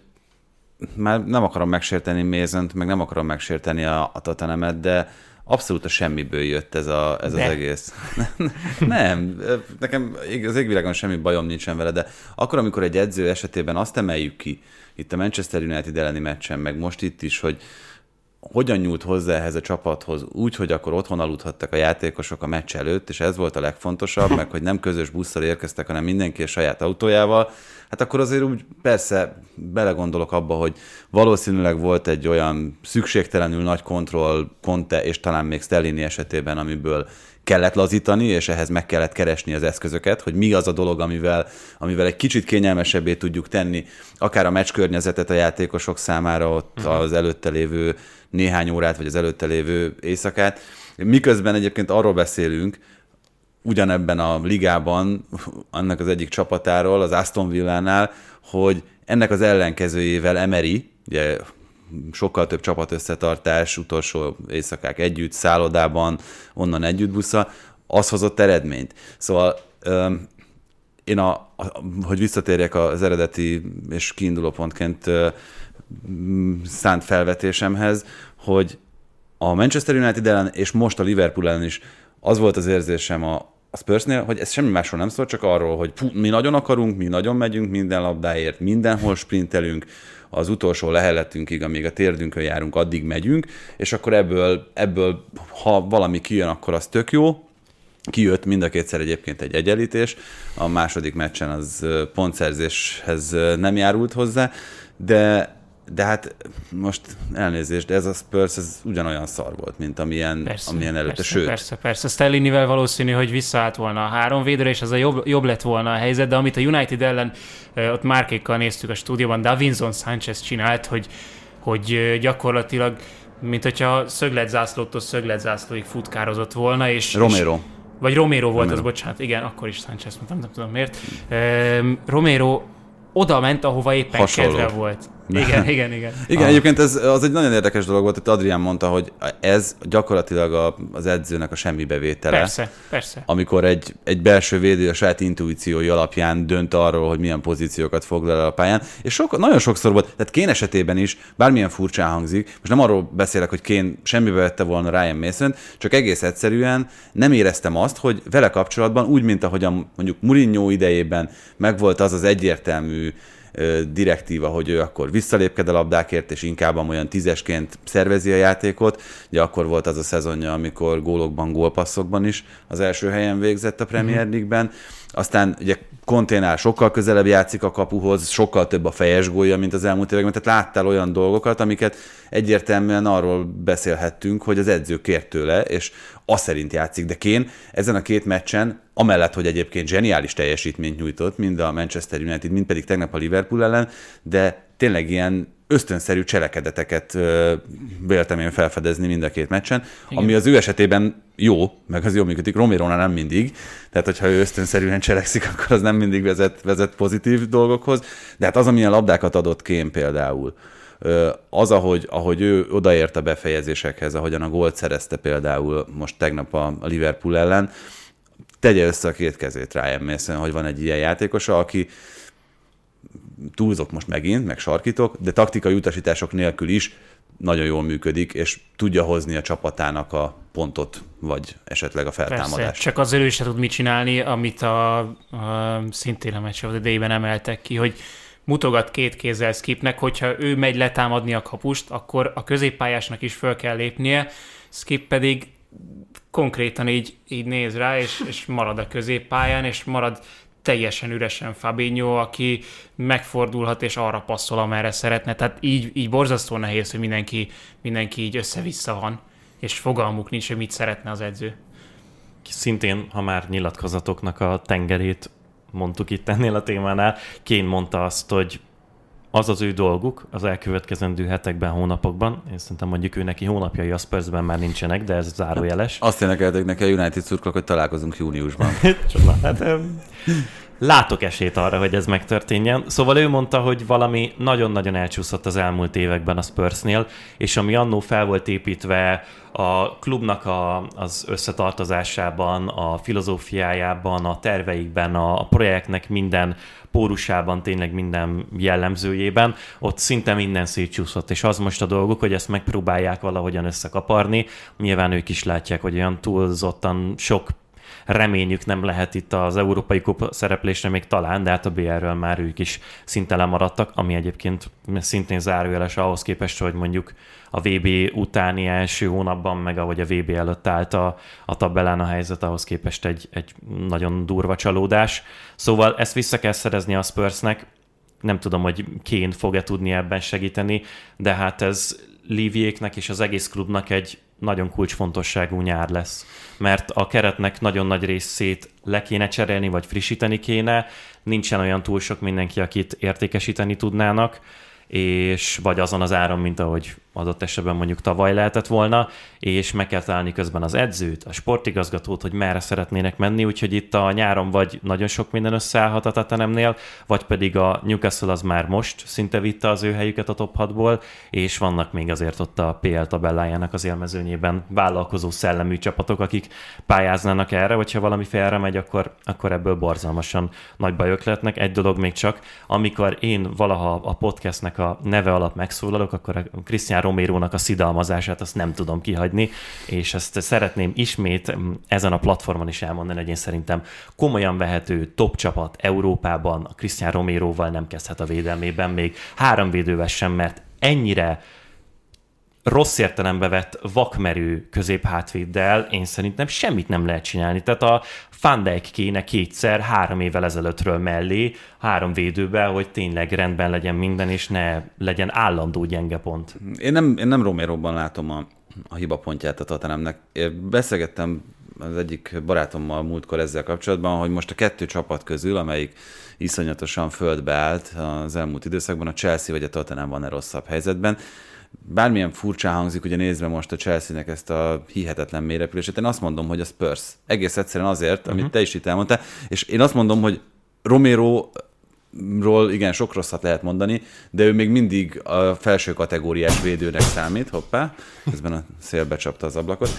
már nem akarom megsérteni Masont, meg nem akarom megsérteni a, a Tottenhamet, de abszolút a semmiből jött ez, a, ez az egész. Nem, nekem az égvilágon semmi bajom nincsen vele, de akkor, amikor egy edző esetében azt emeljük ki, itt a Manchester United elleni meccsen, meg most itt is, hogy hogyan nyúlt hozzá ehhez a csapathoz, úgy, hogy akkor otthon aludhattak a játékosok a meccs előtt, és ez volt a legfontosabb, meg hogy nem közös busszal érkeztek, hanem mindenki a saját autójával, hát akkor azért úgy persze belegondolok abba, hogy valószínűleg volt egy olyan szükségtelenül nagy kontroll Conte és talán még Stellini esetében, amiből kellett lazítani, és ehhez meg kellett keresni az eszközöket, hogy mi az a dolog, amivel, amivel egy kicsit kényelmesebbé tudjuk tenni, akár a meccs környezetet a játékosok számára, ott az előtte lévő néhány órát, vagy az előtte lévő éjszakát. Miközben egyébként arról beszélünk, ugyanebben a ligában, annak az egyik csapatáról, az Aston Villánál, hogy ennek az ellenkezőjével Emery, ugye sokkal több csapat összetartás, utolsó éjszakák együtt, szállodában, onnan együtt busza, az hozott eredményt. Szóval öm, én, a, a, hogy visszatérjek az eredeti és kiinduló pontként ö, szánt felvetésemhez, hogy a Manchester United ellen és most a Liverpool ellen is az volt az érzésem a, a Spursnél, hogy ez semmi másról nem szól, csak arról, hogy pú, mi nagyon akarunk, mi nagyon megyünk minden labdáért, mindenhol sprintelünk, az utolsó leheletünkig, amíg a térdünkön járunk, addig megyünk, és akkor ebből, ebből ha valami kijön, akkor az tök jó. Kijött mind a kétszer egyébként egy egyenlítés, a második meccsen az pontszerzéshez nem járult hozzá, de de hát most elnézést, de ez a Spurs ez ugyanolyan szar volt, mint amilyen, persze, amilyen előtte. Persze, Sőt. persze, persze. Stellinivel valószínű, hogy visszaállt volna a három védőre, és az a jobb, jobb lett volna a helyzet, de amit a United ellen ott márkékkal néztük a stúdióban, Davinson Sanchez csinált, hogy, hogy gyakorlatilag, mint hogyha szögletzászlótól szögletzászlóig futkározott volna, és... Romero. És, vagy Romero volt Romero. az, bocsánat, igen, akkor is Sanchez, mondtam, nem tudom miért. Um, Romero oda ment, ahova éppen Hasonló. kedve volt. Igen, igen, igen. Igen, ah. egyébként ez az egy nagyon érdekes dolog volt, hogy Adrián mondta, hogy ez gyakorlatilag a, az edzőnek a semmibevétele. Persze, persze. Amikor egy, egy belső védő a saját intuíciói alapján dönt arról, hogy milyen pozíciókat foglal el a pályán, és sok, nagyon sokszor volt, tehát Kane esetében is, bármilyen furcsán hangzik, most nem arról beszélek, hogy Kane semmibe vette volna Ryan Mason, csak egész egyszerűen nem éreztem azt, hogy vele kapcsolatban, úgy, mint ahogy a, mondjuk Mourinho idejében megvolt az az egyértelmű direktíva, hogy ő akkor visszalépked a labdákért, és inkább olyan tízesként szervezi a játékot. Ugye akkor volt az a szezonja, amikor gólokban, gólpasszokban is az első helyen végzett a Premier League-ben. Aztán ugye Conténál sokkal közelebb játszik a kapuhoz, sokkal több a fejes gólja, mint az elmúlt években. Tehát láttál olyan dolgokat, amiket egyértelműen arról beszélhettünk, hogy az edző kért tőle, és az szerint játszik. De Kane ezen a két meccsen, amellett, hogy egyébként zseniális teljesítményt nyújtott, mind a Manchester United, mind pedig tegnap a Liverpool ellen, de tényleg ilyen ösztönszerű cselekedeteket véltem én felfedezni mind a két meccsen, igen. Ami az ő esetében jó, meg az jól működik, Romérónál nem mindig, tehát hogyha ő ösztönszerűen cselekszik, akkor az nem mindig vezet, vezet pozitív dolgokhoz, de hát az, amilyen labdákat adott Kane például, az, ahogy, ahogy ő odaért a befejezésekhez, ahogyan a gólt szerezte például most tegnap a Liverpool ellen, tegye össze a két kezét Ryan Mason, hogy van egy ilyen játékosa, aki túlzok most megint, meg sarkítok, de taktikai utasítások nélkül is nagyon jól működik, és tudja hozni a csapatának a pontot, vagy esetleg a feltámadást. Persze, csak az ő se tud mit csinálni, amit a, a szintén a Match of the Day-ben emeltek ki, hogy mutogat két kézzel Skipnek, hogyha ő megy letámadni a kapust, akkor a középpályásnak is föl kell lépnie, Skip pedig konkrétan így, így néz rá, és, és marad a középpályán, és marad teljesen üresen Fabinho, aki megfordulhat, és arra passzol, amerre szeretne. Tehát így, így borzasztó nehéz, hogy mindenki, mindenki így össze-vissza van, és fogalmuk nincs, hogy mit szeretne az edző. Szintén, ha már nyilatkozatoknak a tengerét mondtuk itt ennél a témánál, Kane mondta azt, hogy az az ő dolguk az elkövetkezendő hetekben, hónapokban. Én szerintem mondjuk ő neki hónapjai a Spursben már nincsenek, de ez zárójeles. Azt énekelték neki a United szurkolók, hogy találkozunk júniusban. hát, látok esélyt arra, hogy ez megtörténjen. Szóval ő mondta, hogy valami nagyon-nagyon elcsúszott az elmúlt években a Spursnél, és ami annó fel volt építve a klubnak a, az összetartozásában, a filozófiájában, a terveikben, a, a projektnek minden pórusában, tényleg minden jellemzőjében, ott szinte minden szétcsúszott, és az most a dolguk, hogy ezt megpróbálják valahogyan összekaparni. Nyilván ők is látják, hogy olyan túlzottan sok reményük nem lehet itt az Európai Kupa szereplésre még talán, de hát a bé er-ről már ők is szinte lemaradtak, ami egyébként szintén zárójeles ahhoz képest, hogy mondjuk a vé bé utáni első hónapban, meg ahogy a vé bé előtt állt a, a tabellán a helyzet, ahhoz képest egy, egy nagyon durva csalódás. Szóval ezt vissza kell szerezni a Spursnek. Nem tudom, hogy Kane fog-e tudni ebben segíteni, de hát ez Liviéknek és az egész klubnak egy nagyon kulcsfontosságú nyár lesz. Mert a keretnek nagyon nagy részét le kéne cserélni, vagy frissíteni kéne, nincsen olyan túl sok mindenki, akit értékesíteni tudnának, és vagy azon az áron, mint ahogy adott esetben mondjuk tavaly lehetett volna, és meg kell találni közben az edzőt, a sportigazgatót, hogy merre szeretnének menni, úgyhogy itt a nyáron vagy nagyon sok minden összeállhat a Tottenhamnél, vagy pedig a Newcastle az már most szinte vitte az ő helyüket a top hatból, és vannak még azért ott a pé el tabellájának az élmezőnyében vállalkozó szellemű csapatok, akik pályáznának erre, hogyha valami félre megy, akkor, akkor ebből borzalmasan nagy bajok lehetnek. Egy dolog még csak, amikor én valaha a podcastnek a neve alatt megszólalok, akkor a Cristiano Romérónak a szidalmazását azt nem tudom kihagyni, és ezt szeretném ismét ezen a platformon is elmondani, hogy én szerintem komolyan vehető top csapat Európában a Cristiano Roméróval nem kezdhet a védelmében, még három védővel sem, mert ennyire rossz értelembe vett vakmerő középhátvéddel én szerintem semmit nem lehet csinálni. Tehát a Van Dijk kéne kétszer három évvel ezelőttről mellé, három védőben, hogy tényleg rendben legyen minden, és ne legyen állandó gyenge pont. Én nem, én nem Roméróban látom a, a hibapontját a Tottenhamnek. Én beszélgettem az egyik barátommal múltkor ezzel kapcsolatban, hogy most a kettő csapat közül, amelyik iszonyatosan földbe állt az elmúlt időszakban, a Chelsea vagy a Tottenham van-e rosszabb helyzetben. Bármilyen furcsán hangzik, ugye nézve most a Chelsea-nek ezt a hihetetlen mélyrepülését, én azt mondom, hogy a Spurs. Egész egyszerűen azért, amit uh-huh. te is itt elmondtál, és én azt mondom, hogy Roméróról igen, sok rosszat lehet mondani, de ő még mindig a felső kategóriás védőnek számít, hoppá, közben a szél becsapta az ablakot.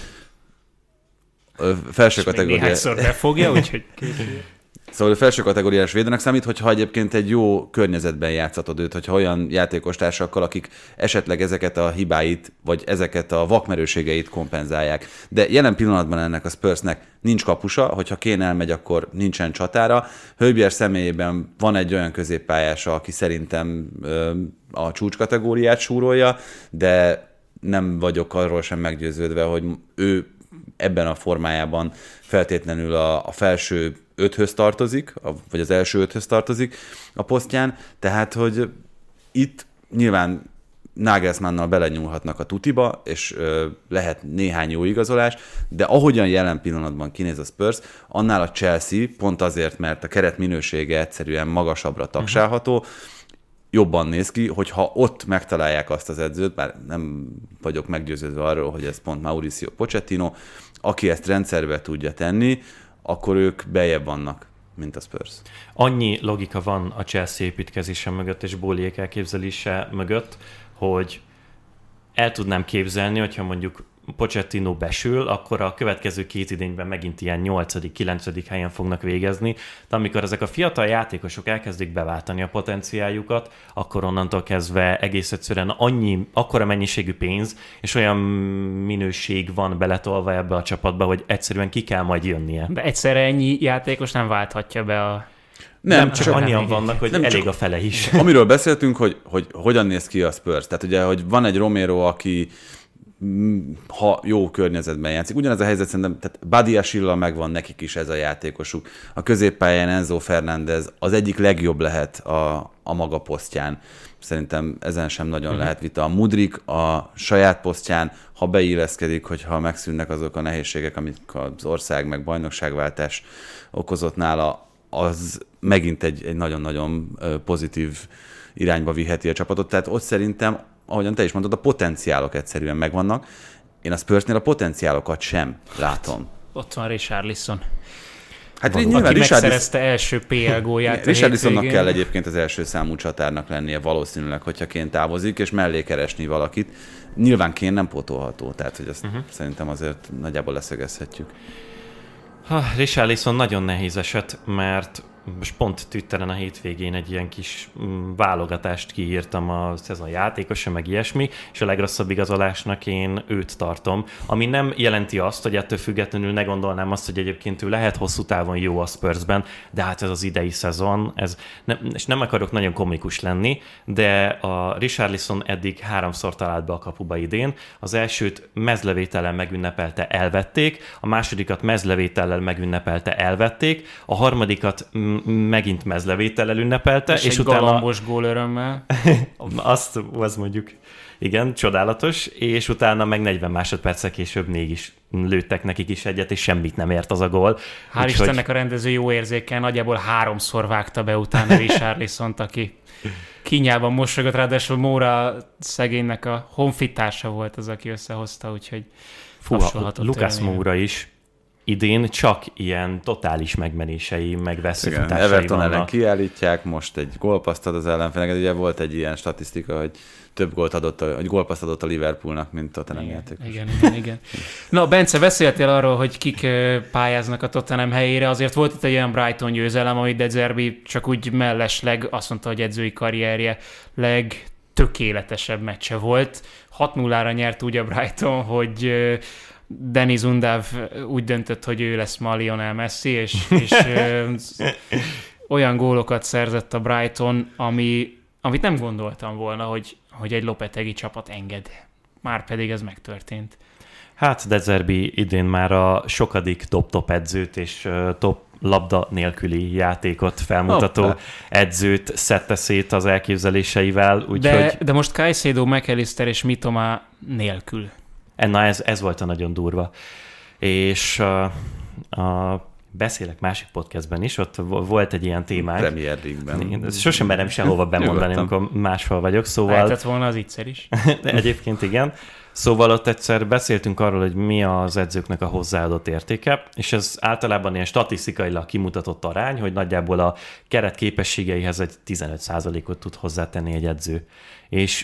A felső kategóriás... Néhányszor befogja, úgyhogy... Szóval a felső kategóriás védőnek számít, hogyha egyébként egy jó környezetben játszatod őt, hogyha olyan játékostársakkal, akik esetleg ezeket a hibáit, vagy ezeket a vakmerőségeit kompenzálják. De jelen pillanatban ennek a Spursnek nincs kapusa, hogyha Kane elmegy, akkor nincsen csatára. Højbjerg személyében van egy olyan középpályása, aki szerintem ö, a csúcskategóriát súrolja, de nem vagyok arról sem meggyőződve, hogy ő ebben a formájában feltétlenül a, a felső öthöz tartozik, vagy az első öthöz tartozik a posztján, tehát, hogy itt nyilván Nagelsmannnal belenyúlhatnak a tutiba, és ö, lehet néhány jó igazolás, de ahogyan jelen pillanatban kinéz a Spurs, annál a Chelsea, pont azért, mert a keret minősége egyszerűen magasabbra tagsálható, uh-huh. jobban néz ki, hogyha ott megtalálják azt az edzőt, bár nem vagyok meggyőződve arról, hogy ez pont Mauricio Pochettino, aki ezt rendszerbe tudja tenni, akkor ők beljebb vannak, mint a Spurs. Annyi logika van a Chelsea építkezése mögött és Bóliék elképzelése mögött, hogy el tudnám képzelni, hogyha mondjuk Pochettino besül, akkor a következő két idényben megint ilyen nyolcadik kilencedik helyen fognak végezni, de amikor ezek a fiatal játékosok elkezdik beváltani a potenciáljukat, akkor onnantól kezdve egész egyszerűen annyi, akkora mennyiségű pénz, és olyan minőség van beletolva ebbe a csapatba, hogy egyszerűen ki kell majd jönnie. De egyszerre ennyi játékos nem válthatja be a... Nem, nem csak, csak annyian vannak, hogy nem elég a fele is. Amiről beszéltünk, hogy, hogy hogyan néz ki a Spurs. Tehát ugye, hogy van egy Romero, aki ha jó környezetben játszik. Ugyanez a helyzet szerintem, tehát Badiashile megvan nekik is ez a játékosuk. A középpályán Enzo Fernández az egyik legjobb lehet a, a maga posztján. Szerintem ezen sem nagyon uh-huh. lehet vita. A Mudryk a saját posztján, ha beilleszkedik, hogyha megszűnnek azok a nehézségek, amik az ország meg bajnokságváltás okozott nála, az megint egy, egy nagyon-nagyon pozitív irányba viheti a csapatot. Tehát ott szerintem, ahogyan te is mondtad, a potenciálok egyszerűen megvannak. Én a Spursnél a potenciálokat sem látom. Ott van Richarlison. Hát Aki nyilván megszerezte első pé el gólját. Richarlisonnak kell egyébként az első számú csatárnak lennie valószínűleg, hogyha Kane távozik, és mellé keresni valakit. Nyilván Kane nem pótolható, tehát hogy azt uh-huh. szerintem azért nagyjából leszögezhetjük. Ha, Richarlison nagyon nehéz eset, mert most pont Twitteren a hétvégén egy ilyen kis válogatást kiírtam a szezon játékosa, meg ilyesmi, és a legrosszabb igazolásnak én őt tartom, ami nem jelenti azt, hogy ettől függetlenül ne gondolnám azt, hogy egyébként ő lehet hosszú távon jó a Spursben, de hát ez az idei szezon, ez nem, és nem akarok nagyon komikus lenni, de a Richarlison eddig háromszor talált be a kapuba idén, az elsőt mezlevétellel megünnepelte, elvették, a másodikat mezlevétellel megünnepelte, elvették, a harmadikat megint mezlevétellel ünnepelte, és, és egy utána... galambos gól örömmel. Azt, az mondjuk, igen, csodálatos, és utána meg negyven másodperccel később mégis lőttek nekik is egyet, és semmit nem ért az a gól. Hál' Úgyhogy... Istennek a rendező jó érzéken nagyjából háromszor vágta be utána Richarlisont, aki kínjában mosogott, ráadásul Móra szegénynek a honfitársa volt az, aki összehozta, úgyhogy Fúha, Lucas Moura is idén csak ilyen totális megmenései, megveszőfutásai Everton vannak. ellen kiállítják, most egy gólpaszt ad az ellenfélnek, ugye volt egy ilyen statisztika, hogy több gólt adott, a, hogy gólpaszt adott a Liverpoolnak, mint Tottenham játékos. Igen, igen, igen. Na, Bence, beszéltél arról, hogy kik pályáznak a Tottenham helyére, azért volt itt egy olyan Brighton győzelem, amit De Zerbi csak úgy mellesleg azt mondta, hogy edzői karrierje legtökéletesebb meccse volt. hat nullára nyert úgy a Brighton, hogy Denis Undav úgy döntött, hogy ő lesz ma Lionel Messi, és, és ö, olyan gólokat szerzett a Brighton, ami, amit nem gondoltam volna, hogy, hogy egy Lopetegi csapat enged. Márpedig ez megtörtént. Hát De Zerbi idén már a sokadik top-top edzőt és top labda nélküli játékot felmutató Hoppá. edzőt szedte szét az elképzeléseivel. Úgyhogy... De, de most Caicedo, McAllister és Mitoma nélkül. Na ez, ez volt a nagyon durva. És a, a, beszélek másik podcastben is, ott volt egy ilyen témánk. Premier League-ben. Sosem merem sehova bemondani, amikor máshol vagyok. Szóval... Lehetett volna az egyszer is. De egyébként igen. Szóval ott egyszer beszéltünk arról, hogy mi az edzőknek a hozzáadott értéke, és ez általában ilyen statisztikailag kimutatott arány, hogy nagyjából a keret képességeihez egy tizenöt százalékot tud hozzátenni egy edző. És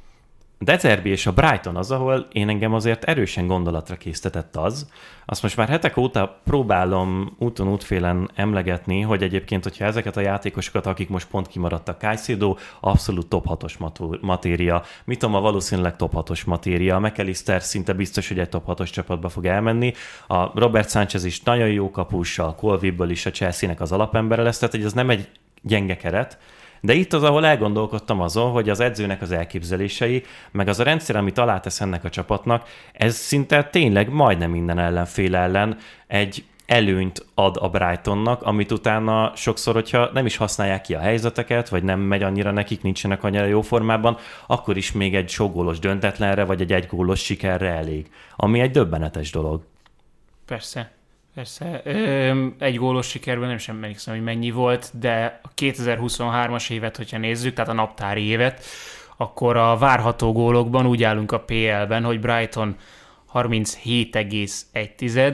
De Zerbi és a Brighton az, ahol én engem azért erősen gondolatra késztetett az. Azt most már hetek óta próbálom úton útfélen emlegetni, hogy egyébként, hogyha ezeket a játékosokat, akik most pont kimaradtak, Caicedo abszolút top hatos matéria, Mitoma valószínűleg top hatos matéria, McAllister szinte biztos, hogy egy top hatos csapatba fog elmenni, a Robert Sánchez is nagyon jó kapus, a Colwill-ből is a Chelsea-nek az alapembere lesz, tehát hogy ez nem egy gyenge keret. De itt az, ahol elgondolkodtam azon, hogy az edzőnek az elképzelései, meg az a rendszer, amit alátesz ennek a csapatnak, ez szinte tényleg majdnem minden ellenfél ellen egy előnyt ad a Brightonnak, amit utána sokszor, hogyha nem is használják ki a helyzeteket, vagy nem megy annyira nekik, nincsenek annyira jó formában, akkor is még egy sok gólos döntetlenre, vagy egy egygólos sikerre elég. Ami egy döbbenetes dolog. Persze. Persze, egy gólos sikerben nem sem emlékszem, hogy mennyi volt, de a kétezer-huszonhármas évet, hogyha nézzük, tehát a naptári évet, akkor a várható gólokban úgy állunk a pé el-ben, hogy Brighton harminchét egész egy,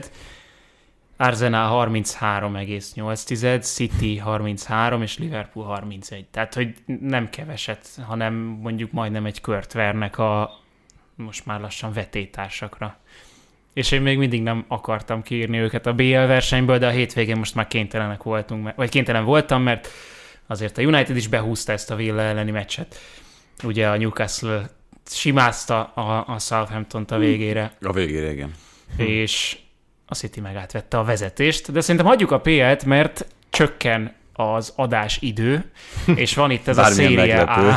Arsenal harminchárom egész nyolc, City harminchárom és Liverpool harmincegy. Tehát, hogy nem keveset, hanem mondjuk majdnem egy kört vernek a most már lassan vetétársakra. És én még mindig nem akartam kiírni őket a bé el versenyből, de a hétvégén most már kénytelenek voltunk, vagy kénytelen voltam, mert azért a United is behúzta ezt a Villa elleni meccset. Ugye a Newcastle simázta a, a Southamptont a végére. A végére, igen. És a City meg átvette a vezetést, de szerintem hagyjuk a pé el-t, mert csökken az adás idő, és van itt ez a Serie A,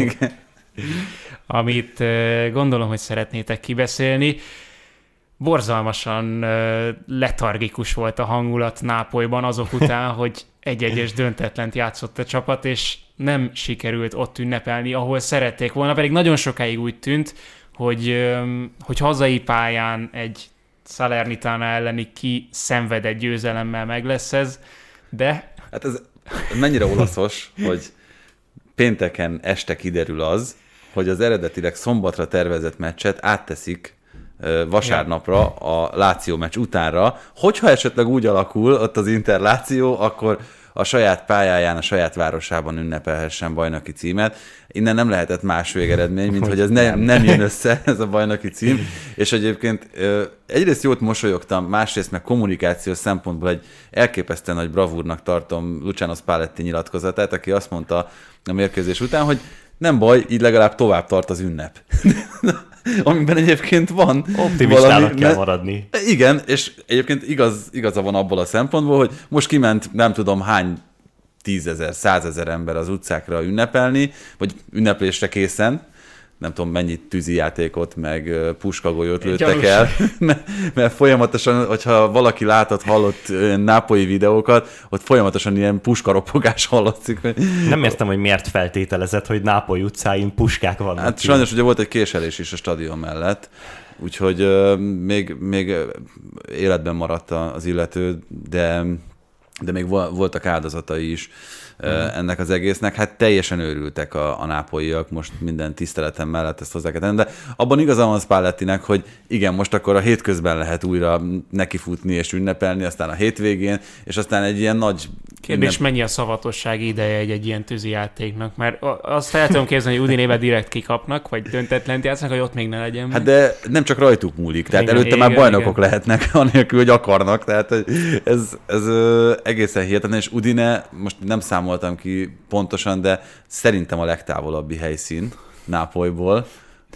amit gondolom, hogy szeretnétek kibeszélni. Borzalmasan uh, letargikus volt a hangulat Nápolyban azok után, hogy egy-egyes döntetlent játszott a csapat, és nem sikerült ott ünnepelni, ahol szerették volna, pedig nagyon sokáig úgy tűnt, hogy, um, hogy hazai pályán egy Salernitana elleni ki szenvedett győzelemmel meg lesz ez, de... Hát ez mennyire olaszos, hogy pénteken este kiderül az, hogy az eredetileg szombatra tervezett meccset átteszik vasárnapra a Láció meccs utánra. Hogyha esetleg úgy alakul ott az Inter Láció, akkor a saját pályáján, a saját városában ünnepelhessen bajnoki címet. Innen nem lehetett más végeredmény, mint hogy ez ne, nem jön össze, ez a bajnoki cím. És egyébként egyrészt jót mosolyogtam, másrészt meg kommunikációs szempontból egy elképesztően nagy bravúrnak tartom Luciano Spalletti nyilatkozatát, aki azt mondta a mérkőzés után, hogy nem baj, így legalább tovább tart az ünnep. Amiben egyébként van optimistának valami, kell maradni. Igen, és egyébként igaz, igaza van abból a szempontból, hogy most kiment nem tudom hány tízezer, százezer ember az utcákra ünnepelni, vagy ünneplésre készen, nem tudom mennyit tűzijátékot, meg puskagolyót lőttek el, mert, mert folyamatosan, hogyha valaki látott, hallott nápolyi videókat, ott folyamatosan ilyen puskaropogás hallatszik. Nem értem, hogy miért feltételezett, hogy Nápoly utcáin puskák vannak. Hát sajnos ugye volt egy késelés is a stadion mellett, úgyhogy uh, még, még életben maradt az illető, de, de még voltak áldozatai is uh, ennek az egésznek. Hát teljesen őrültek a, a nápolyiak, most minden tiszteletem mellett ezt hozzá kell tenni, de abban igaza van Spallettinek, hogy igen, most akkor a hétközben lehet újra nekifutni és ünnepelni, aztán a hétvégén, és aztán egy ilyen nagy... Kérdés, mennyi a szavatossági ideje egy, egy ilyen tűzi játéknak? Mert azt el tudom képzelni, hogy Udinébe direkt kikapnak, vagy döntetlent játszanak, hogy ott még ne legyen. Hát de nem csak rajtuk múlik, tehát igen, előtte igen, már bajnokok igen. lehetnek, anélkül, hogy akarnak, tehát ez, ez egészen hihetetlen, és Udine, most nem számoltam ki pontosan, de szerintem a legtávolabbi helyszín Nápolyból,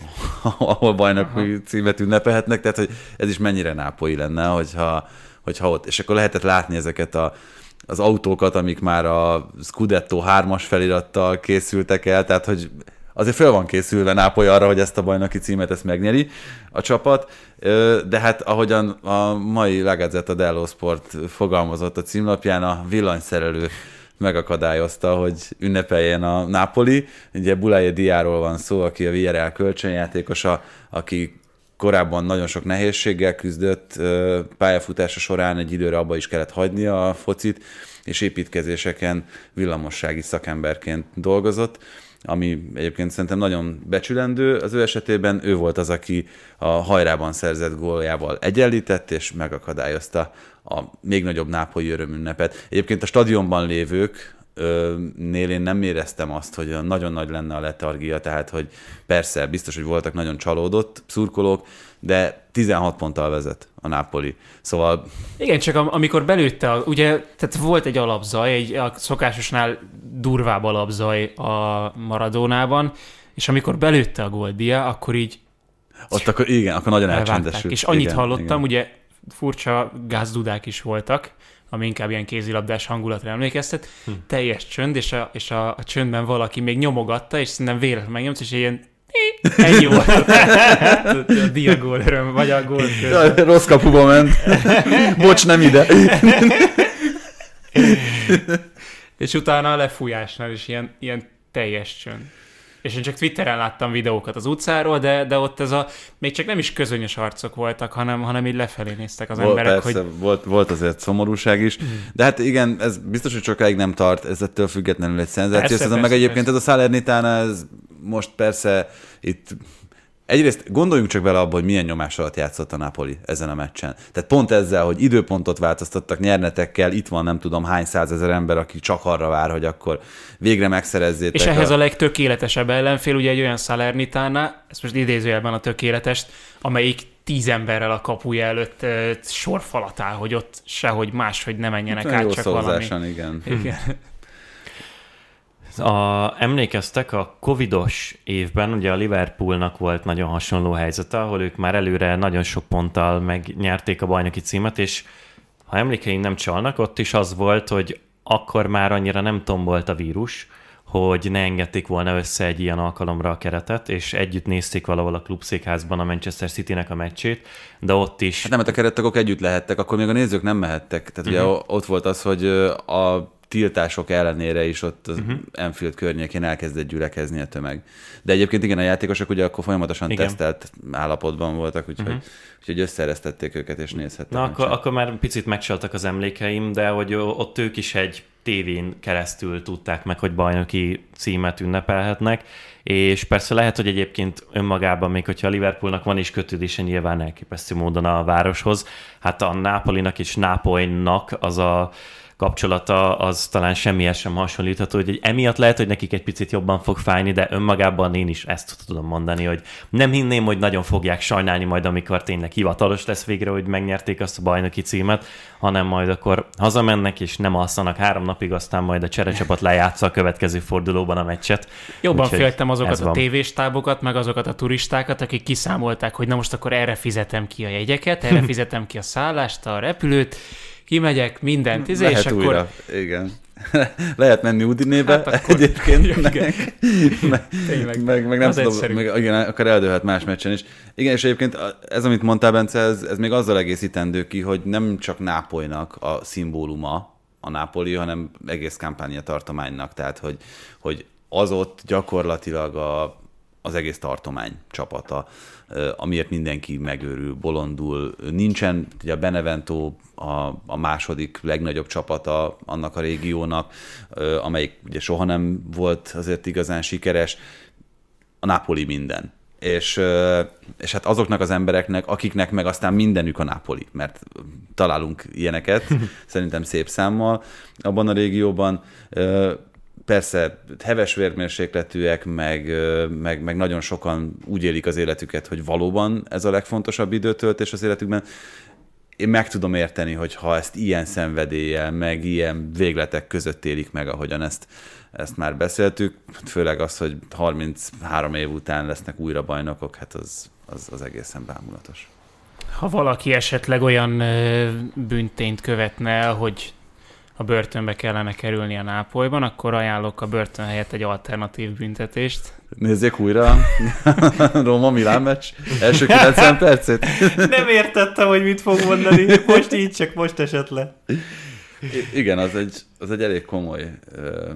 ahol bajnoki címet ünnepelhetnek, tehát hogy ez is mennyire nápolyi lenne, hogyha, hogyha ott, és akkor lehetett látni ezeket a az autókat, amik már a Scudetto hármas felirattal készültek el, tehát hogy azért fel van készülve Nápoly arra, hogy ezt a bajnoki címet ezt megnyeri a csapat, de hát ahogyan a mai La Gazzetta dello Sport fogalmazott a címlapján, a villanyszerelő megakadályozta, hogy ünnepeljen a Napoli. Ugye Boulaye Diáról van szó, aki a Villarreal kölcsönjátékosa, aki korábban nagyon sok nehézséggel küzdött, pályafutása során egy időre abba is kellett hagynia a focit, és építkezéseken villamossági szakemberként dolgozott, ami egyébként szerintem nagyon becsülendő. Az ő esetében ő volt az, aki a hajrában szerzett góljával egyenlített, és megakadályozta a még nagyobb nápolyi örömünnepet. Egyébként a stadionban lévők nél én nem éreztem azt, hogy nagyon nagy lenne a letargia, tehát hogy persze, biztos, hogy voltak nagyon csalódott szurkolók, de tizenhat ponttal vezet a Napoli. Szóval... Igen, csak am- amikor belőtte, a, ugye, tehát volt egy alapzaj, egy a szokásosnál durvább alapzaj a Maradónában, és amikor belőtte a gólt Dia, akkor így... Ott akkor igen, akkor nagyon elcsendesült. És annyit igen, hallottam, igen. ugye furcsa gázdudák is voltak, ami inkább ilyen kézilabdás hangulatra emlékeztet, hm. teljes csönd, és, a, és a, a csöndben valaki még nyomogatta, és szerintem véletlenül megnyomta, és ilyen ennyi volt. A Dia gól öröm, vagy a gól közben. Rossz kapuba ment. Bocs, nem ide. És utána a lefújásnál is ilyen, ilyen teljes csönd. És én csak Twitteren láttam videókat az utcáról, de, de ott ez a, még csak nem is közönyös arcok voltak, hanem, hanem így lefelé néztek az volt, emberek. Persze, hogy... volt, volt azért szomorúság is, de hát igen, ez biztos, hogy sokáig nem tart, ez ettől függetlenül egy szenzáció. Persze, persze, meg egyébként persze. Ez a Salernitana, ez most persze itt... Egyrészt gondoljunk csak bele abba, hogy milyen nyomás alatt játszott a Napoli ezen a meccsen. Tehát pont ezzel, hogy időpontot változtattak nyernetekkel, itt van nem tudom hány százezer ember, aki csak arra vár, hogy akkor végre megszerezzétek. És ehhez a, a legtökéletesebb ellenfél, ugye egy olyan Salernitana, ezt most idézőjelben a tökéletest, amelyik tíz emberrel a kapuja előtt uh, sorfalat áll, hogy ott sehogy máshogy ne menjenek hát, át, jó csak valami. igen. igen. A, emlékeztek, a covidos évben ugye a Liverpoolnak volt nagyon hasonló helyzete, ahol ők már előre nagyon sok ponttal megnyerték a bajnoki címet, és ha emlékeim nem csalnak, ott is az volt, hogy akkor már annyira nem tombolt a vírus, hogy ne engedték volna össze egy ilyen alkalomra a keretet, és együtt nézték valahol a klubszékházban a Manchester Citynek a meccsét, de ott is... Hát nem, mert a kerettagok együtt lehettek, akkor még a nézők nem mehettek. Tehát uh-huh. ugye ott volt az, hogy a tiltások ellenére is ott az uh-huh. Anfield környékén elkezdett gyülekezni a tömeg. De egyébként igen, a játékosok ugye akkor folyamatosan igen. tesztelt állapotban voltak, úgyhogy, uh-huh. úgyhogy összeeresztették őket, és nézhettek. Na akkor, akkor már picit megcsaltak az emlékeim, de hogy ott ők is egy tévén keresztül tudták meg, hogy bajnoki címet ünnepelhetnek, és persze lehet, hogy egyébként önmagában, még hogyha a Liverpoolnak van is kötődése nyilván elképesztő módon a városhoz, hát a Nápolinak és Nápolynak az a kapcsolata az talán semmihez sem hasonlítható, hogy emiatt lehet, hogy nekik egy picit jobban fog fájni, de önmagában én is ezt tudom mondani, hogy nem hinném, hogy nagyon fogják sajnálni majd, amikor tényleg hivatalos lesz végre, hogy megnyerték azt a bajnoki címet, hanem majd akkor hazamennek, és nem alszanak három napig, aztán majd a cserecsapat lejátsza a következő fordulóban a meccset. Jobban úgyhogy féltem azokat a tévéstábokat, meg azokat a turistákat, akik kiszámolták, hogy na most akkor erre fizetem ki a jegyeket, erre fizetem ki a szállást, a repülőt, kimegyek, mindent, izé, lehet és újra. akkor... Igen. Lehet menni Udinébe hát akkor... egyébként, meg, meg, meg, meg nem tudom, meg, igen, akkor eldőlhet más meccsen is. Igen, és egyébként ez, amit mondtál, Bence, ez, ez még azzal egészítendő ki, hogy nem csak Nápolynak a szimbóluma a Napoli, hanem egész Campania tartománynak, tehát hogy, hogy az ott gyakorlatilag a az egész tartomány csapata, amiért mindenki megőrül, bolondul. Nincsen, ugye a Benevento a, a második legnagyobb csapata annak a régiónak, amelyik ugye soha nem volt azért igazán sikeres. A Napoli minden. És, és hát azoknak az embereknek, akiknek meg aztán mindenük a Napoli, mert találunk ilyeneket, szerintem szép számmal abban a régióban. Persze heves vérmérsékletűek, meg, meg, meg nagyon sokan úgy élik az életüket, hogy valóban ez a legfontosabb időtöltés az életükben. Én meg tudom érteni, hogy ha ezt ilyen szenvedéllyel, meg ilyen végletek között élik meg, ahogyan ezt, ezt már beszéltük, főleg az, hogy harminchárom év után lesznek újra bajnokok, hát az, az, az egészen bámulatos. Ha valaki esetleg olyan bűntényt követne el, hogy a börtönbe kellene kerülni a Nápolyban, akkor ajánlok a börtön helyett egy alternatív büntetést. Nézzék újra Róma-Milán meccs első kilencven percét. Nem értettem, hogy mit fog mondani. Most így, csak most esett le. I- igen, az egy, az egy elég komoly ö,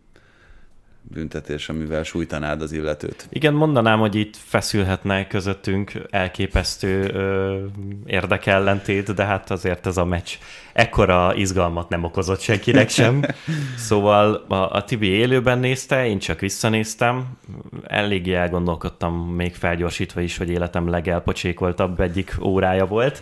büntetés, amivel sújtanád az illetőt. Igen, mondanám, hogy itt feszülhetne közöttünk elképesztő ö, érdekellentét, de hát azért ez a meccs ekkora izgalmat nem okozott senkinek sem. Szóval a, a Tibi élőben nézte, én csak visszanéztem. Eléggé elgondolkodtam, még felgyorsítva is, hogy életem legelpocsékoltabb egyik órája volt.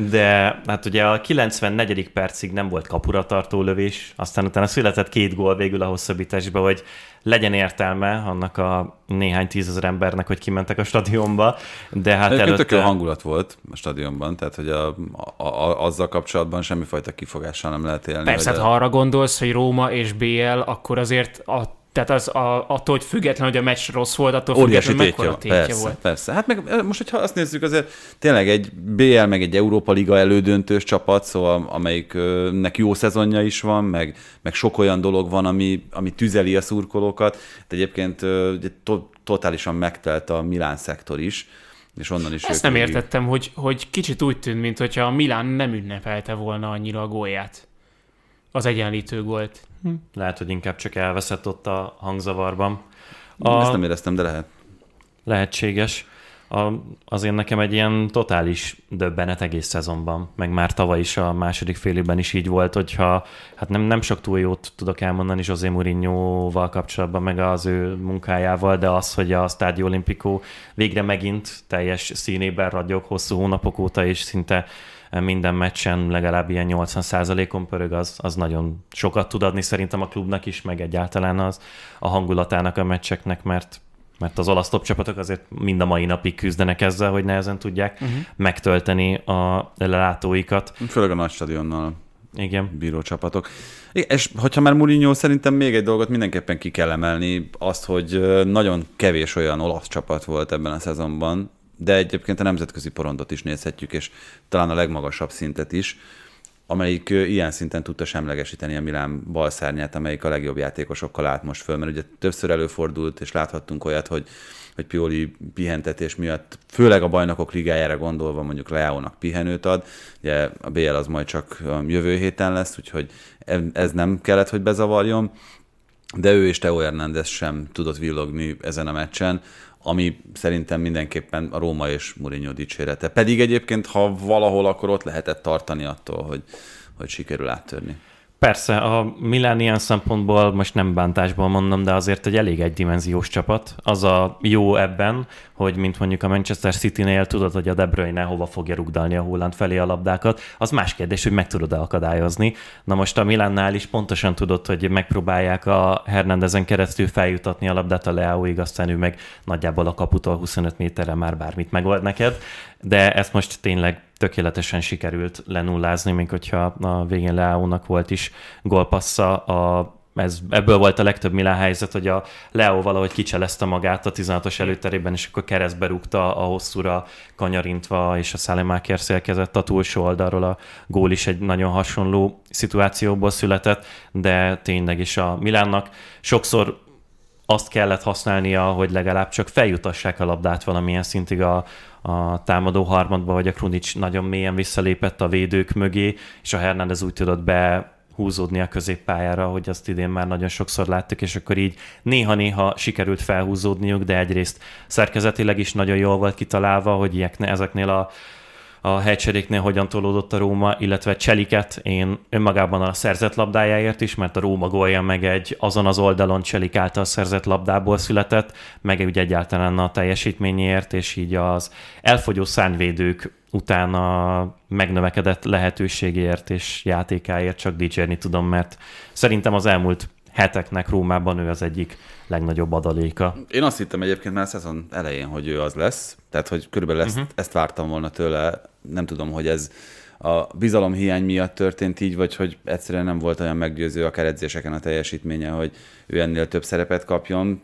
De hát ugye a kilencvennegyedik percig nem volt kapura tartó lövés, aztán utána született két gól végül a hosszabbításba, hogy legyen értelme annak a néhány tízezer embernek, hogy kimentek a stadionba, de hát előtte... előtte... Tök jó hangulat volt a stadionban, tehát hogy a, a, a, azzal kapcsolatban semmifajta kifogással nem lehet élni. Persze, hát, a... ha arra gondolsz, hogy Róma és bé el, akkor azért a, tehát az, a, attól, hogy független, hogy a meccs rossz volt, attól függetlenül mekkora tétje persze, volt. Persze, hát meg most, hogyha azt nézzük, azért tényleg egy bé el, meg egy Európa Liga elődöntős csapat, szóval amelyiknek jó szezonja is van, meg, meg sok olyan dolog van, ami, ami tüzeli a szurkolókat. De egyébként to, totálisan megtelt a Milán szektor is, és onnan is... Ezt nem végig... értettem, hogy, hogy kicsit úgy tűnt, mintha a Milán nem ünnepelte volna annyira a gólját. Az egyenlítő gólt. Hm. Lehet, hogy inkább csak elveszett ott a hangzavarban. A... Ezt nem éreztem, de lehet. Lehetséges. A, azért nekem egy ilyen totális döbbenet egész szezonban, meg már tavaly is a második fél évben is így volt, hogyha hát nem, nem sok túl jót tudok elmondani José Mourinhoval kapcsolatban, meg az ő munkájával, de az, hogy a Stadio Olimpico végre megint teljes színében ragyog hosszú hónapok óta, és szinte minden meccsen legalább ilyen nyolcvan százalékon pörög, az, az nagyon sokat tud adni szerintem a klubnak is, meg egyáltalán az a hangulatának a meccseknek, mert mert az olasz top csapatok azért mind a mai napig küzdenek ezzel, hogy nehezen tudják uh-huh. megtölteni a lelátóikat. Főleg a nagy stadionnal igen. bíró csapatok. És hogyha már Mourinho, szerintem még egy dolgot mindenképpen ki kell emelni, azt, hogy nagyon kevés olyan olasz csapat volt ebben a szezonban, de egyébként a nemzetközi porondot is nézhetjük, és talán a legmagasabb szintet is, amelyik ilyen szinten tudta semlegesíteni a Milán balszárnyát, amelyik a legjobb játékosokkal állt most föl, mert ugye többször előfordult, és láthattunk olyat, hogy, hogy Pioli pihentetés miatt, főleg a bajnokok ligájára gondolva mondjuk Leaónak pihenőt ad, ugye a bé el az majd csak jövő héten lesz, úgyhogy ez nem kellett, hogy bezavarjon, de ő és Theo Hernández sem tudott villogni ezen a meccsen, ami szerintem mindenképpen a Róma és Mourinho dicsérete. Pedig egyébként, ha valahol, akkor ott lehetett tartani attól, hogy, hogy sikerül áttörni. Persze, a Milán ilyen szempontból most nem bántásból mondom, de azért egy elég egydimenziós csapat. Az a jó ebben, hogy mint mondjuk a Manchester City-nél tudod, hogy a De Bruyne hova fogja rugdalni a Haaland felé a labdákat, az más kérdés, hogy meg tudod-e akadályozni. Na most a Milánnál is pontosan tudod, hogy megpróbálják a Hernandezen keresztül feljutatni a labdát a Leaóig, aztán ő meg nagyjából a kaputól huszonöt méterre már bármit megold neked, de ezt most tényleg tökéletesen sikerült lenullázni, még hogyha a végén Leaónak volt is gólpassza. A, ez, ebből volt a legtöbb Milán helyzet, hogy a Leao valahogy kicselezte magát a tizenhatos előterében, és akkor keresztbe rúgta a hosszúra kanyarintva, és a Salemaker érkezett a túlsó oldalról. A gól is egy nagyon hasonló szituációból született, de tényleg is a Milánnak sokszor azt kellett használnia, hogy legalább csak feljutassák a labdát valamilyen szintig a, a támadó harmadba, vagy a Krunic nagyon mélyen visszalépett a védők mögé, és a Hernández úgy tudott húzódni a középpályára, hogy azt idén már nagyon sokszor láttuk, és akkor így néha-néha sikerült felhúzódniuk, de egyrészt szerkezetileg is nagyon jól volt kitalálva, hogy ezeknél a a hegyseréknél hogyan tolódott a Róma, illetve Cseliket én önmagában a szerzett labdájáért is, mert a Róma gólja meg egy azon az oldalon Cselik által szerzett labdából született, meg ugye egyáltalán a teljesítményéért, és így az elfogyó szárnyvédők utána megnövekedett lehetőségért és játékáért csak dicsérni tudom, mert szerintem az elmúlt heteknek Rómában ő az egyik legnagyobb adaléka. Én azt hittem egyébként már a szezon elején, hogy ő az lesz, tehát hogy körülbelül ezt, uh-huh. ezt vártam volna tőle. Nem tudom, hogy ez a bizalomhiány miatt történt így, vagy hogy egyszerűen nem volt olyan meggyőző akár edzéseken a teljesítménye, hogy ő ennél több szerepet kapjon.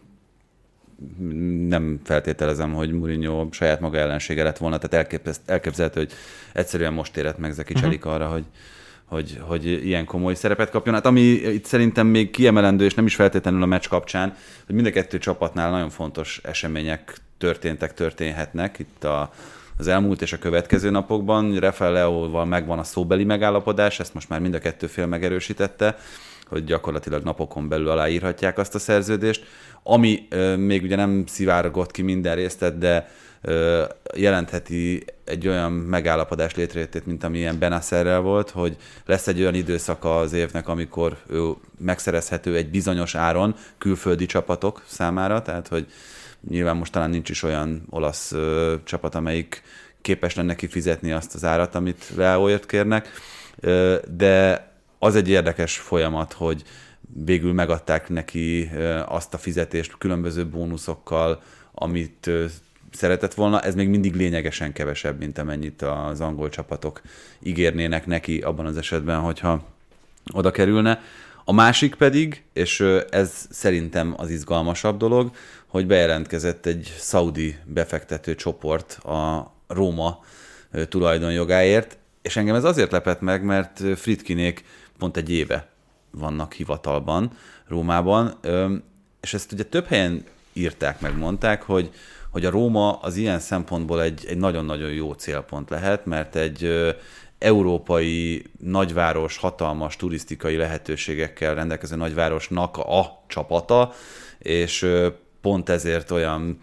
Nem feltételezem, hogy Mourinho saját maga ellensége lett volna, tehát elképzelhető, hogy egyszerűen most érett meg Zeki Cselik uh-huh. arra, hogy Hogy, hogy ilyen komoly szerepet kapjon. Hát ami itt szerintem még kiemelendő, és nem is feltétlenül a meccs kapcsán, hogy mind a kettő csapatnál nagyon fontos események történtek, történhetnek itt a, az elmúlt és a következő napokban. Rafael Leóval megvan a szóbeli megállapodás, ezt most már mind a kettő fél megerősítette, hogy gyakorlatilag napokon belül aláírhatják azt a szerződést. Ami euh, még ugye nem szivárgott ki minden részlet, de jelentheti egy olyan megállapodás létrejöttét, mint amilyen Benasserrel volt, hogy lesz egy olyan időszaka az évnek, amikor ő megszerezhető egy bizonyos áron külföldi csapatok számára, tehát hogy nyilván most talán nincs is olyan olasz ö, csapat, amelyik képes lenne kifizetni azt az árat, amit Leóért kérnek, ö, de az egy érdekes folyamat, hogy végül megadták neki ö, azt a fizetést különböző bónuszokkal, amit ö, szeretett volna, ez még mindig lényegesen kevesebb, mint amennyit az angol csapatok ígérnének neki abban az esetben, hogyha oda kerülne. A másik pedig, és ez szerintem az izgalmasabb dolog, hogy bejelentkezett egy szaudi befektető csoport a Róma tulajdonjogáért, és engem ez azért lepett meg, mert Friedkinék pont egy éve vannak hivatalban Rómában, és ezt ugye több helyen írták, meg mondták, hogy hogy a Róma az ilyen szempontból egy, egy nagyon-nagyon jó célpont lehet, mert egy ö, európai nagyváros, hatalmas turisztikai lehetőségekkel rendelkező nagyvárosnak a csapata, és ö, pont ezért olyan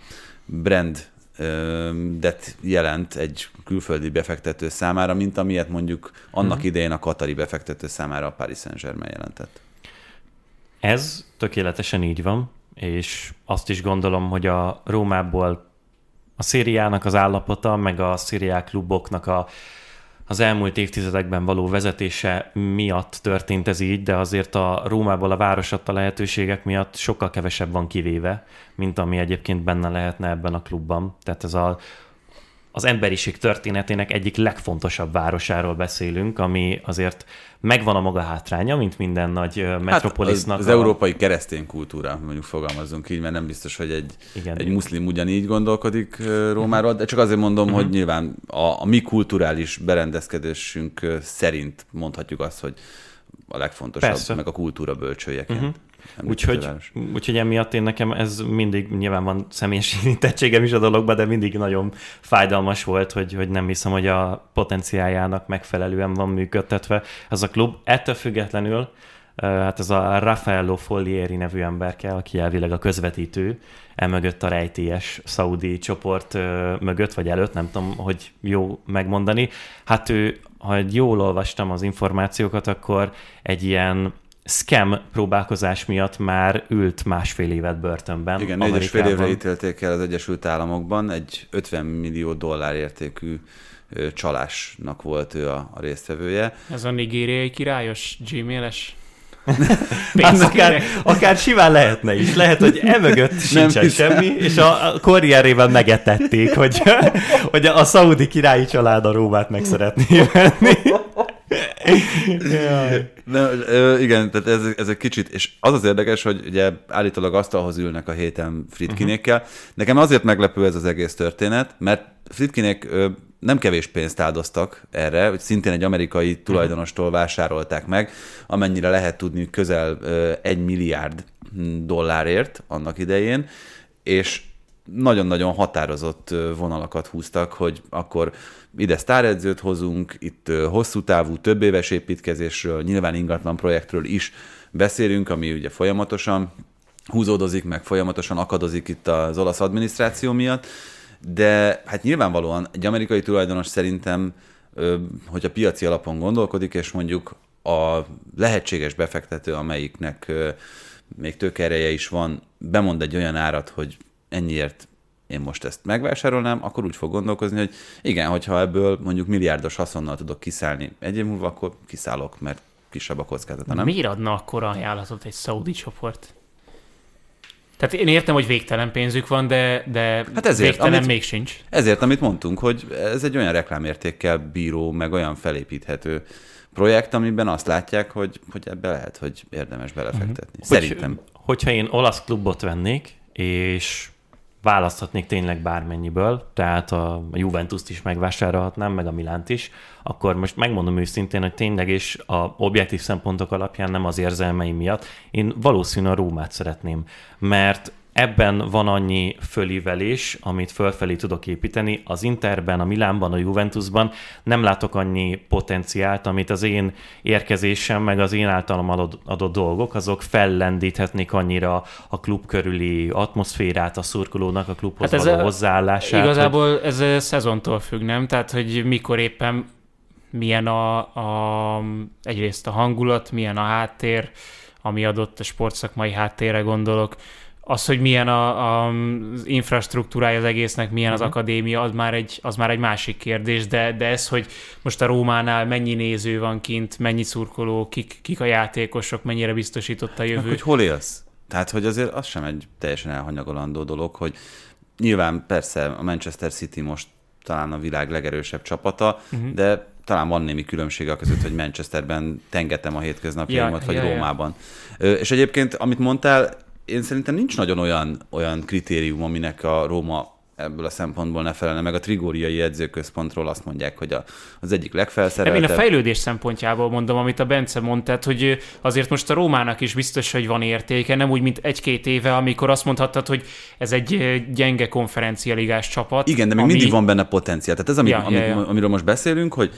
brandet jelent egy külföldi befektető számára, mint amilyet mondjuk annak uh-huh. idején a katari befektető számára a Paris Saint-Germain jelentett. Ez tökéletesen így van, és azt is gondolom, hogy a Rómából a szériának az állapota, meg a szériá kluboknak a, az elmúlt évtizedekben való vezetése miatt történt ez így, de azért a Rómából a város adta lehetőségek miatt sokkal kevesebb van kivéve, mint ami egyébként benne lehetne ebben a klubban. Tehát ez a, az emberiség történetének egyik legfontosabb városáról beszélünk, ami azért megvan a maga hátránya, mint minden nagy metropolisznak. Hát az, az a... európai keresztény kultúra, mondjuk fogalmazzunk így, mert nem biztos, hogy egy, egy muszlim ugyanígy gondolkodik Rómáról, de csak azért mondom, uh-huh. hogy nyilván a, a mi kulturális berendezkedésünk szerint mondhatjuk azt, hogy a legfontosabb, Persze. meg a kultúra bölcsőjeként. Uh-huh. Úgyhogy, úgyhogy emiatt én nekem ez mindig, nyilván van személyes érintettségem is a dologban, de mindig nagyon fájdalmas volt, hogy, hogy nem hiszem, hogy a potenciáljának megfelelően van működtetve ez a klub. Ettől függetlenül, hát ez a Raffaello Follieri nevű emberke, aki elvileg a közvetítő, emögött a rejtélyes szaudi csoport mögött, vagy előtt, nem tudom, hogy jó megmondani. Hát ő, ha jól olvastam az információkat, akkor egy ilyen scam próbálkozás miatt már ült másfél évet börtönben. Igen, négy és fél évre ítélték el az Egyesült Államokban, egy ötven millió dollár értékű csalásnak volt ő a, a résztvevője. Ez a nigériai királyos Gmail-es akár, akár simán lehetne is. Lehet, hogy emögött sincsen semmi, és a, a karrierében megetették, hogy, hogy a szaudi királyi család a Rómát meg szeretné venni. Nem, igen, tehát ez, ez egy kicsit, és az az érdekes, hogy ugye állítólag asztalhoz ülnek a héten Friedkinékkel. Uh-huh. Nekem azért meglepő ez az egész történet, mert Friedkinék nem kevés pénzt áldoztak erre, hogy szintén egy amerikai tulajdonostól vásárolták meg, amennyire lehet tudni közel egy milliárd dollárért annak idején, és nagyon-nagyon határozott vonalakat húztak, hogy akkor ide sztáredzőt hozunk, itt hosszú távú, több éves építkezésről, nyilván ingatlan projektről is beszélünk, ami ugye folyamatosan húzódozik, meg folyamatosan akadozik itt az olasz adminisztráció miatt, de hát nyilvánvalóan egy amerikai tulajdonos szerintem, hogyha piaci alapon gondolkodik, és mondjuk a lehetséges befektető, amelyiknek még tőkeereje is van, bemond egy olyan árat, hogy ennyiért én most ezt megvásárolnám, akkor úgy fog gondolkozni, hogy igen, hogyha ebből mondjuk milliárdos haszonnal tudok kiszállni egy év múlva, akkor kiszállok, mert kisebb a kockázata, nem? Miért adna akkor ajánlatot egy szaudi csoport? Tehát én értem, hogy végtelen pénzük van, de, de hát ezért, végtelen amit, még sincs. Ezért, amit mondtunk, hogy ez egy olyan reklámértékkel bíró, meg olyan felépíthető projekt, amiben azt látják, hogy, hogy ebbe lehet, hogy érdemes belefektetni. Uh-huh. Szerintem. Hogy, hogyha én olasz klubot vennék, és választhatnék tényleg bármennyiből, tehát a Juventust is megvásárolhatnám, meg a Milánt is, akkor most megmondom őszintén, hogy tényleg és a objektív szempontok alapján nem az érzelmeim miatt, én valószínűleg a Rómát szeretném, mert ebben van annyi fölívelés, amit fölfelé tudok építeni. Az Interben, a Milánban, a Juventusban nem látok annyi potenciált, amit az én érkezésem, meg az én általam adott, adott dolgok, azok fellendíthetnék annyira a klub körüli atmoszférát, a szurkolónak a klubhoz hát való hozzáállását. Igazából hogy... ez szezontól függ, nem? Tehát, hogy mikor éppen milyen a, a, egyrészt a hangulat, milyen a háttér, ami adott a sportszakmai háttérre gondolok. Az, hogy milyen a, a, az infrastruktúrája az egésznek, milyen az akadémia, az már egy, az már egy másik kérdés, de, de ez, hogy most a Rómánál mennyi néző van kint, mennyi szurkoló, kik, kik a játékosok, mennyire biztosított a jövő. Hogy hol élsz? Tehát, hogy azért az sem egy teljesen elhanyagolandó dolog, hogy nyilván persze a Manchester City most talán a világ legerősebb csapata, uh-huh. de talán van némi különbség a között, hogy Manchesterben tengetem a hétköznapjaimat, ja, vagy ja, Rómában. Ja. És egyébként, amit mondtál, én szerintem nincs nagyon olyan, olyan kritérium, aminek a Róma ebből a szempontból ne felelne meg. A Trigóriai Edzőközpontról azt mondják, hogy a, az egyik legfelszereltebb. Én a fejlődés szempontjából mondom, amit a Bence mondtad, hogy azért most a Rómának is biztos, hogy van értéke, nem úgy, mint egy-két éve, amikor azt mondhattad, hogy ez egy gyenge konferencialigás csapat. Igen, de még ami... mindig van benne potenciál. Tehát ez, ami, ja, amit, ja, ja. amiről most beszélünk, hogy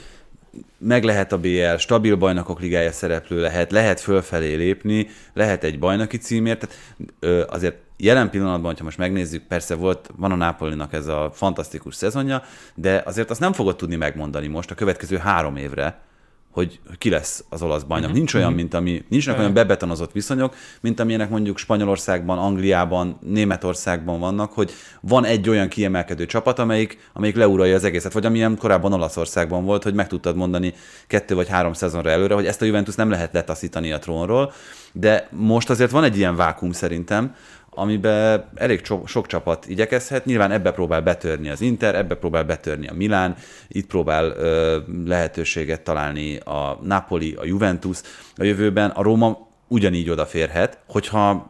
meg lehet a bé el, stabil bajnokok ligája szereplő lehet, lehet fölfelé lépni, lehet egy bajnoki címért. Tehát, ö, azért jelen pillanatban, hogyha most megnézzük, persze volt, van a Napolinak ez a fantasztikus szezonja, de azért azt nem fogod tudni megmondani most a következő három évre, hogy ki lesz az olasz bajnok. Uh-huh. Nincs olyan, mint ami, nincsenek uh-huh. olyan bebetonozott viszonyok, mint amilyenek mondjuk Spanyolországban, Angliában, Németországban vannak, hogy van egy olyan kiemelkedő csapat, amelyik, amelyik leuralja az egészet, vagy amilyen korábban Olaszországban volt, hogy meg tudtad mondani kettő vagy három szezonra előre, hogy ezt a Juventus nem lehet letaszítani a trónról, de most azért van egy ilyen vákum szerintem, amiben elég sok csapat igyekezhet. Nyilván ebbe próbál betörni az Inter, ebbe próbál betörni a Milán, itt próbál ö, lehetőséget találni a Napoli, a Juventus. A jövőben a Róma ugyanígy odaférhet, hogyha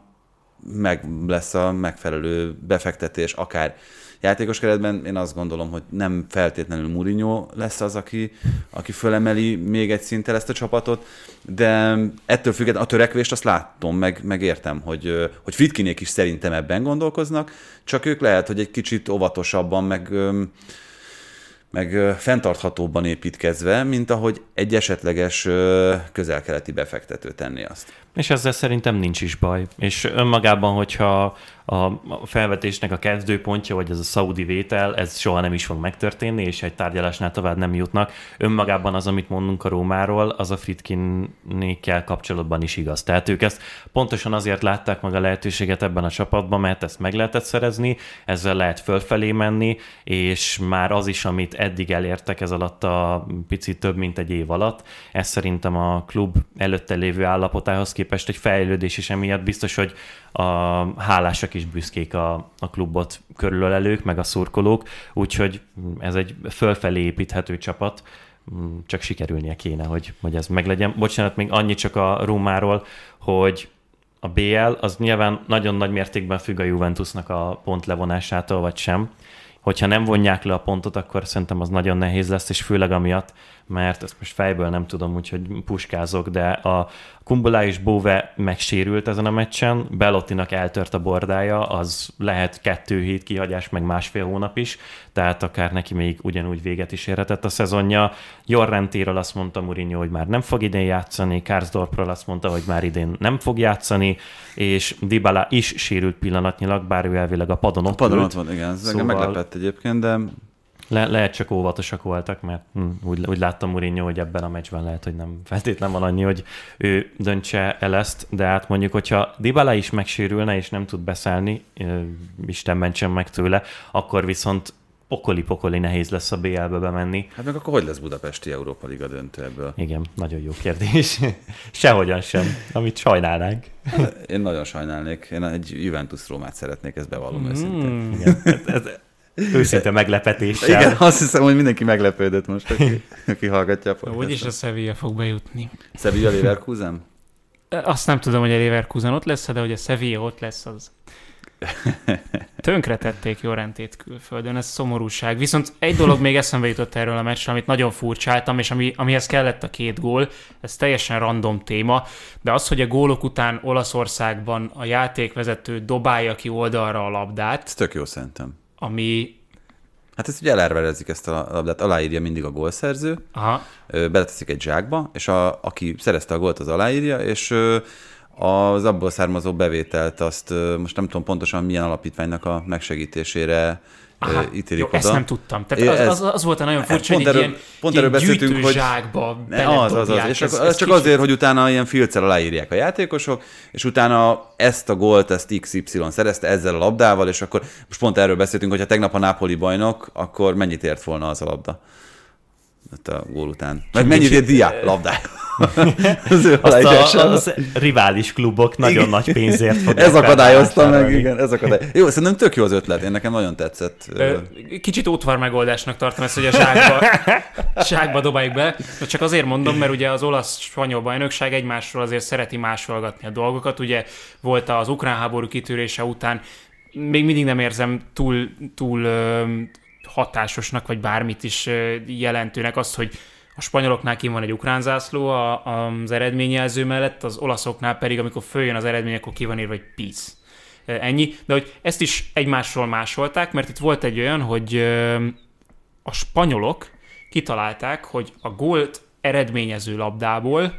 meg lesz a megfelelő befektetés, akár játékos keretben. Én azt gondolom, hogy nem feltétlenül Mourinho lesz az, aki, aki fölemeli még egy szinttel ezt a csapatot, de ettől függetlenül a törekvést azt látom, meg, meg értem, hogy, hogy Friedkinék is szerintem ebben gondolkoznak, csak ők lehet, hogy egy kicsit óvatosabban, meg, meg fenntarthatóbban építkezve, mint ahogy egy esetleges közel-keleti befektető tenni azt. És ezzel szerintem nincs is baj. És önmagában, hogyha a felvetésnek a kezdőpontja, vagy ez a szaudi vétel, ez soha nem is fog megtörténni, és egy tárgyalásnál tovább nem jutnak. Önmagában az, amit mondunk a Rómáról, az a Friedkinékkel kapcsolatban is igaz. Tehát ők ezt pontosan azért látták meg a lehetőséget ebben a csapatban, mert ezt meg lehetett szerezni, ezzel lehet fölfelé menni, és már az is, amit eddig elértek ez alatt a picit több, mint egy év alatt, ez szerintem a klub előtte lévő állapotához képest egy fejlődés, és emiatt biztos, hogy a hálásak is büszkék a, a klubot körülölelők, meg a szurkolók, úgyhogy ez egy fölfelé építhető csapat, csak sikerülnie kéne, hogy, hogy ez meglegyen. Bocsánat, még annyi csak a Rómáról, hogy a bé el az nyilván nagyon nagy mértékben függ a Juventusnak a pontlevonásától, vagy sem. hogyha nem vonják le a pontot, akkor szerintem az nagyon nehéz lesz, és főleg amiatt, mert ezt most fejből nem tudom, úgyhogy puskázok, de a Kumbula és Bove megsérült ezen a meccsen, Belottinak eltört a bordája, az lehet kettő hét kihagyás, meg másfél hónap is, tehát akár neki még ugyanúgy véget is érhetett a szezonja. Jorrentéről azt mondta Mourinho, hogy már nem fog idén játszani, Karsdorpról azt mondta, hogy már idén nem fog játszani, és Dybala is sérült pillanatnyilag, bár ő elvileg a padon ott A padon ült. ott van, igen, ez Szóval... meglepett egyébként, de... Le- lehet csak óvatosak voltak, mert hm, úgy, úgy láttam Mourinho, hogy ebben a meccsben lehet, hogy nem feltétlen van annyi, hogy ő döntse el ezt, de hát mondjuk, hogyha Dybala is megsérülne és nem tud beszállni, Isten mentsen meg tőle, akkor viszont okoli-pokoli nehéz lesz a bé el-be bemenni. Hát meg akkor hogy lesz budapesti Európa Liga döntő ebből? Igen, nagyon jó kérdés. Sehogyan sem, amit sajnálnánk. Én nagyon sajnálnék. Én egy Juventus Rómát szeretnék, ezt bevallom mm. őszintén. Igen, ez, ez őszinte meglepetéssel. Igen, azt hiszem, hogy mindenki meglepődött most, aki, aki hallgatja a podcastot. Úgyis a Sevilla fog bejutni. Sevilla Leverkusen? Azt nem tudom, hogy a Leverkusen ott lesz, de hogy a Sevilla ott lesz, az... Tönkretették Llorentét külföldön, ez szomorúság. Viszont egy dolog még eszembe jutott erről a meccsről, amit nagyon furcsáltam, és ami, amihez kellett a két gól, ez teljesen random téma, de az, hogy a gólok után Olaszországban a játékvezető dobálja ki oldalra a labdát. Ez tök jó szerintem. Ami... Hát ezt ugye elárverezik ezt a labdát, aláírja mindig a gólszerző, Aha. beleteszik egy zsákba, és a, aki szerezte a gólt, az aláírja, és az abból származó bevételt azt most nem tudom pontosan milyen alapítványnak a megsegítésére Aha, ítélik jó, oda. Ezt nem tudtam. Tehát az, az, az volt a nagyon furcsa, hogy erről, ilyen, pont ilyen beszéltünk, hogy zsákba az, az, az. És ez, ez csak kicsit... azért, hogy utána ilyen filccel aláírják a játékosok, és utána ezt a gólt, ezt iksz ipszilon szerezte ezzel a labdával, és akkor most pont erről beszéltünk, hogyha tegnap a Napoli bajnok, akkor mennyit ért volna az a labda? A gól után. Meg mennyit ért Dia labdája? az Azt a, az rivális klubok nagyon igen. nagy pénzért fogják. Ez akadályozta meg, igen, ez akadály. Jó, szerintem tök jó az ötlet, én nekem nagyon tetszett. Kicsit ótvar megoldásnak tartom ezt, hogy a zsákba, zsákba dobáljuk be. Csak azért mondom, mert ugye az olasz-spanyol bajnokság egymásról azért szereti másolgatni a dolgokat. Ugye volt az ukrán háború kitörése után, még mindig nem érzem túl, túl hatásosnak, vagy bármit is jelentőnek azt, hogy a spanyoloknál kint van egy ukrán zászló a, az eredményjelző mellett, az olaszoknál pedig, amikor följön az eredmény, akkor ki van írva, hogy peace. Ennyi. De hogy ezt is egymásról másolták, mert itt volt egy olyan, hogy a spanyolok kitalálták, hogy a gólt eredményező labdából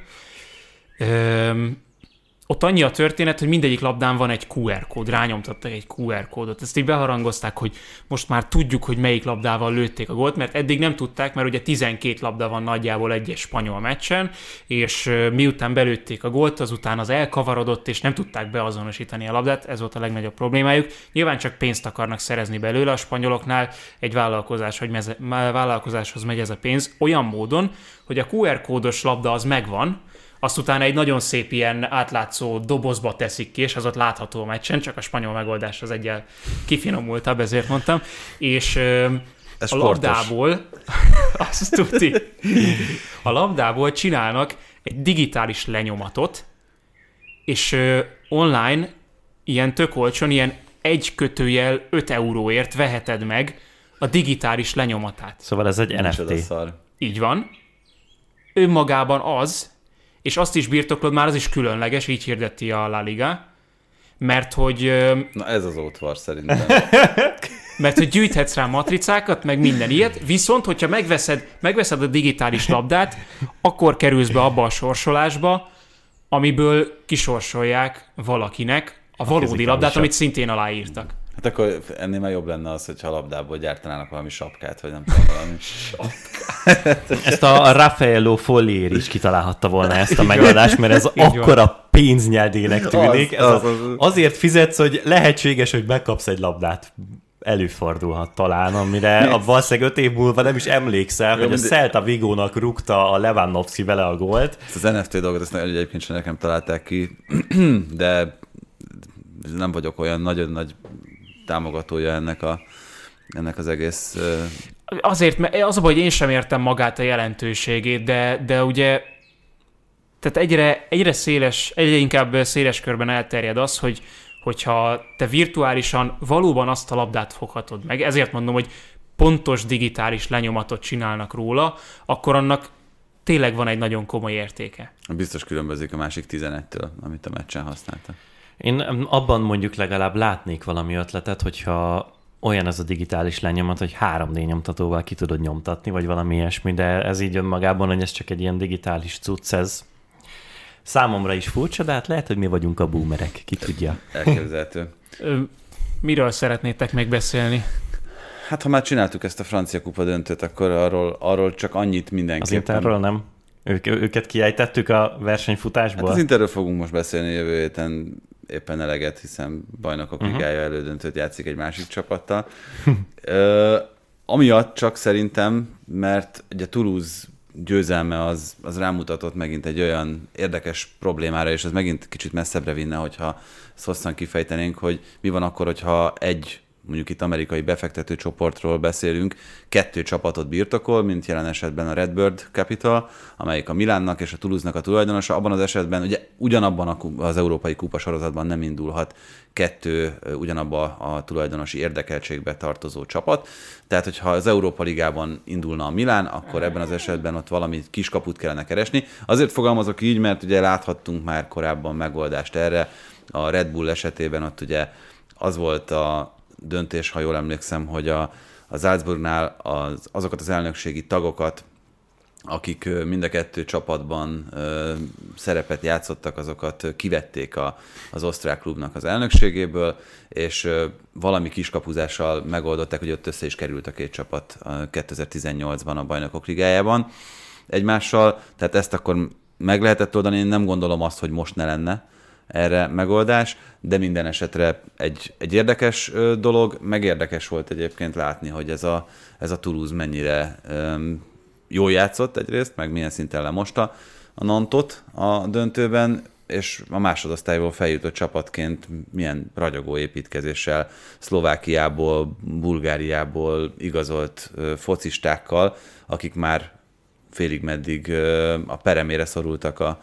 ott annyi a történet, hogy mindegyik labdán van egy kú er kód, rányomtattak egy kú er kódot. Ezt így beharangozták, hogy most már tudjuk, hogy melyik labdával lőtték a gólt, mert eddig nem tudták, mert ugye tizenkét labda van nagyjából egyes spanyol meccsen, és miután belőtték a gólt, azután az elkavarodott, és nem tudták beazonosítani a labdát, ez volt a legnagyobb problémájuk. Nyilván csak pénzt akarnak szerezni belőle a spanyoloknál, egy vállalkozás, hogy meze, vállalkozáshoz megy ez a pénz olyan módon, hogy a kú er kódos labda az megvan, azt utána egy nagyon szép ilyen átlátszó dobozba teszik ki, és az ott látható a meccsen, csak a spanyol megoldás az egyel kifinomultabb, ezért mondtam. És ez a labdából, azt tudni, a labdából csinálnak egy digitális lenyomatot, és online ilyen tök olcsón, ilyen egy kötőjel öt euróért veheted meg a digitális lenyomatát. Szóval ez egy en ef té. Így van. Önmagában az, és azt is birtoklod, már az is különleges, így hirdeti a La Liga, mert hogy... Na ez az ótvar szerintem. Mert hogy gyűjthetsz rá matricákat, meg minden ilyet, viszont hogyha megveszed, megveszed a digitális labdát, akkor kerülsz be abba a sorsolásba, amiből kisorsolják valakinek a valódi labdát, amit szintén aláírtak. Hát akkor ennél már jobb lenne az, hogyha a labdából gyártanának valami sapkát, vagy nem tudom, valami Ezt a Raffaello Follier is kitalálhatta volna ezt a megoldást, mert ez akkora pénznyeldének tűnik. Az, az, az, az. Azért fizetsz, hogy lehetséges, hogy megkapsz egy labdát. Előfordulhat talán, amire a valószínűleg öt év múlva nem is emlékszel, hogy a Celta Vigónak rúgta a Lewandowski vele a gólt. Ezt az en ef té dolgot, ezt egyébként sem nekem találták ki, de nem vagyok olyan nagyon nagy támogatója ennek, a, ennek az egész... Azért, mert az a baj, hogy én sem értem magát a jelentőségét, de, de ugye tehát egyre, egyre széles, egyre inkább széles körben elterjed az, hogy, hogyha te virtuálisan valóban azt a labdát foghatod meg, ezért mondom, hogy pontos digitális lenyomatot csinálnak róla, akkor annak tényleg van egy nagyon komoly értéke. Biztos különbözik a másik tizenegytől, amit a meccsen használtak. Én abban mondjuk legalább látnék valami ötletet, hogyha olyan ez a digitális lenyomat, hogy három dé nyomtatóval ki tudod nyomtatni, vagy valami ilyesmi, de ez így önmagában, hogy ez csak egy ilyen digitális cucc, ez számomra is furcsa, de hát lehet, hogy mi vagyunk a boomerek, ki tudja. Elképzelhető. Miről szeretnétek még beszélni? Hát ha már csináltuk ezt a francia kupa döntőt, akkor arról, arról csak annyit mindenképpen. Az Interről nem? Ők, őket kiejtettük a versenyfutásból? Hát az Interről fogunk most beszélni jövő héten éppen eleget, hiszen bajnokok uh-huh. ligája elődöntőt játszik egy másik csapattal. Ö, amiatt csak szerintem, mert ugye Toulouse győzelme az, az rámutatott megint egy olyan érdekes problémára, és ez megint kicsit messzebbre vinne, hogyha ezt hosszan kifejtenénk, hogy mi van akkor, hogyha egy, mondjuk itt amerikai befektető csoportról beszélünk, kettő csapatot birtokol, mint jelen esetben a Redbird Capital, amelyik a Milánnak és a Toulouse-nak a tulajdonosa. Abban az esetben ugye ugyanabban az európai kupa sorozatban nem indulhat kettő ugyanabban a tulajdonosi érdekeltségbe tartozó csapat. Tehát, hogyha az Európa Ligában indulna a Milán, akkor ebben az esetben ott valami kiskaput kellene keresni. Azért fogalmazok így, mert ugye láthattunk már korábban megoldást erre. A Red Bull esetében ott ugye az volt a döntés, ha jól emlékszem, hogy a, a Salzburgnál az, azokat az elnökségi tagokat, akik mind a kettő csapatban ö, szerepet játszottak, azokat kivették a, az osztrák klubnak az elnökségéből, és ö, valami kiskapuzással megoldották, hogy ott össze is került a két csapat a kétezer-tizennyolcban a Bajnokok Ligájában egymással, tehát ezt akkor meg lehetett oldani, én nem gondolom azt, hogy most ne lenne erre megoldás, de minden esetre egy, egy érdekes dolog, meg érdekes volt egyébként látni, hogy ez a, ez a Toulouse mennyire um, jól játszott egyrészt, meg milyen szinten lemosta a Nantot a döntőben, és a másodosztályból feljutott csapatként milyen ragyogó építkezéssel Szlovákiából, Bulgáriából igazolt uh, focistákkal, akik már félig meddig uh, a peremére szorultak a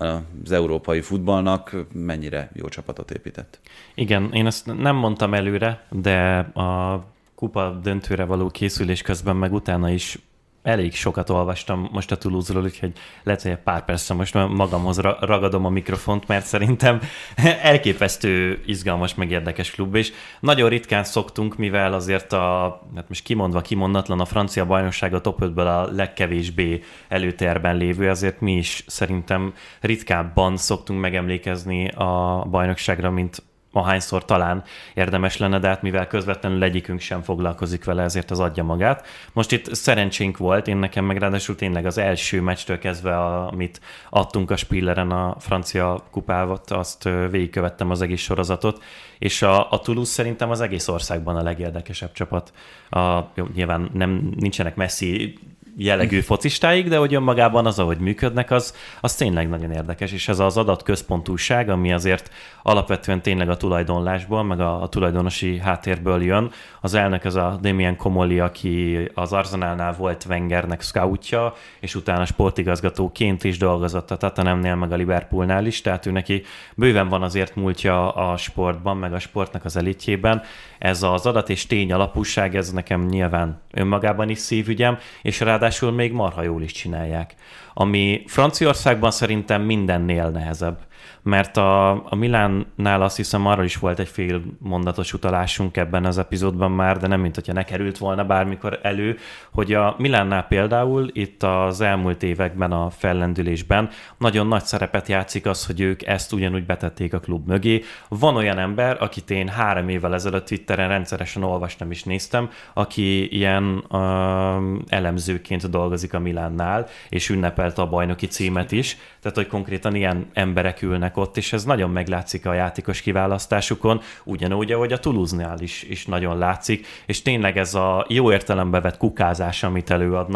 az európai futballnak, mennyire jó csapatot épített. Igen, én ezt nem mondtam előre, de a kupa döntőre való készülés közben meg utána is elég sokat olvastam most a Toulouse-ról, úgyhogy lehet, hogy egy pár percre most magamhoz ragadom a mikrofont, mert szerintem elképesztő izgalmas, meg érdekes klub, és nagyon ritkán szoktunk, mivel azért a, hát most kimondva kimondatlan, a francia bajnokság a top ötből a legkevésbé előtérben lévő, azért mi is szerintem ritkábban szoktunk megemlékezni a bajnokságra, mint ahányszor talán érdemes lenne, de hát mivel közvetlenül egyikünk sem foglalkozik vele, ezért az adja magát. Most itt szerencsénk volt, én nekem meg ráadásul tényleg az első meccstől kezdve, amit adtunk a Spilleren a francia kupávat, azt végigkövettem az egész sorozatot, és a, a Toulouse szerintem az egész országban a legérdekesebb csapat. A, jó, nyilván nem, nincsenek messzi jellegű focistáig, de hogy önmagában az, ahogy működnek, az, az tényleg nagyon érdekes, és ez az adatközpontúság, ami azért alapvetően tényleg a tulajdonlásból, meg a, a tulajdonosi háttérből jön. Az elnök az a Damien Comolli, aki az Arsenalnál volt Wengernek scoutja, és utána sportigazgatóként is dolgozott a Tottenhamnél, meg a Liverpoolnál is, tehát ő neki bőven van azért múltja a sportban, meg a sportnak az elitjében. Ez az adat és tény alapúság, ez nekem nyilván önmagában is szívügyem, és ráadásul még marha jól is csinálják. Ami Franciaországban szerintem mindennél nehezebb. Mert a, a Milánnál azt hiszem arról is volt egy fél mondatos utalásunk ebben az epizódban már, de nem mint hogyha ne került volna bármikor elő, hogy a Milánnál például itt az elmúlt években a fellendülésben nagyon nagy szerepet játszik az, hogy ők ezt ugyanúgy betették a klub mögé. Van olyan ember, akit én három évvel ezelőtt Twitteren rendszeresen olvastam és néztem, aki ilyen uh, elemzőként dolgozik a Milánnál, és ünnepelte a bajnoki címet is, tehát hogy konkrétan ilyen emberek ülnek ott, és ez nagyon meglátszik a játékos kiválasztásukon, ugyanúgy, ahogy a Toulouse-nál is, is nagyon látszik, és tényleg ez a jó értelembe vett kukázás, amit előadnak,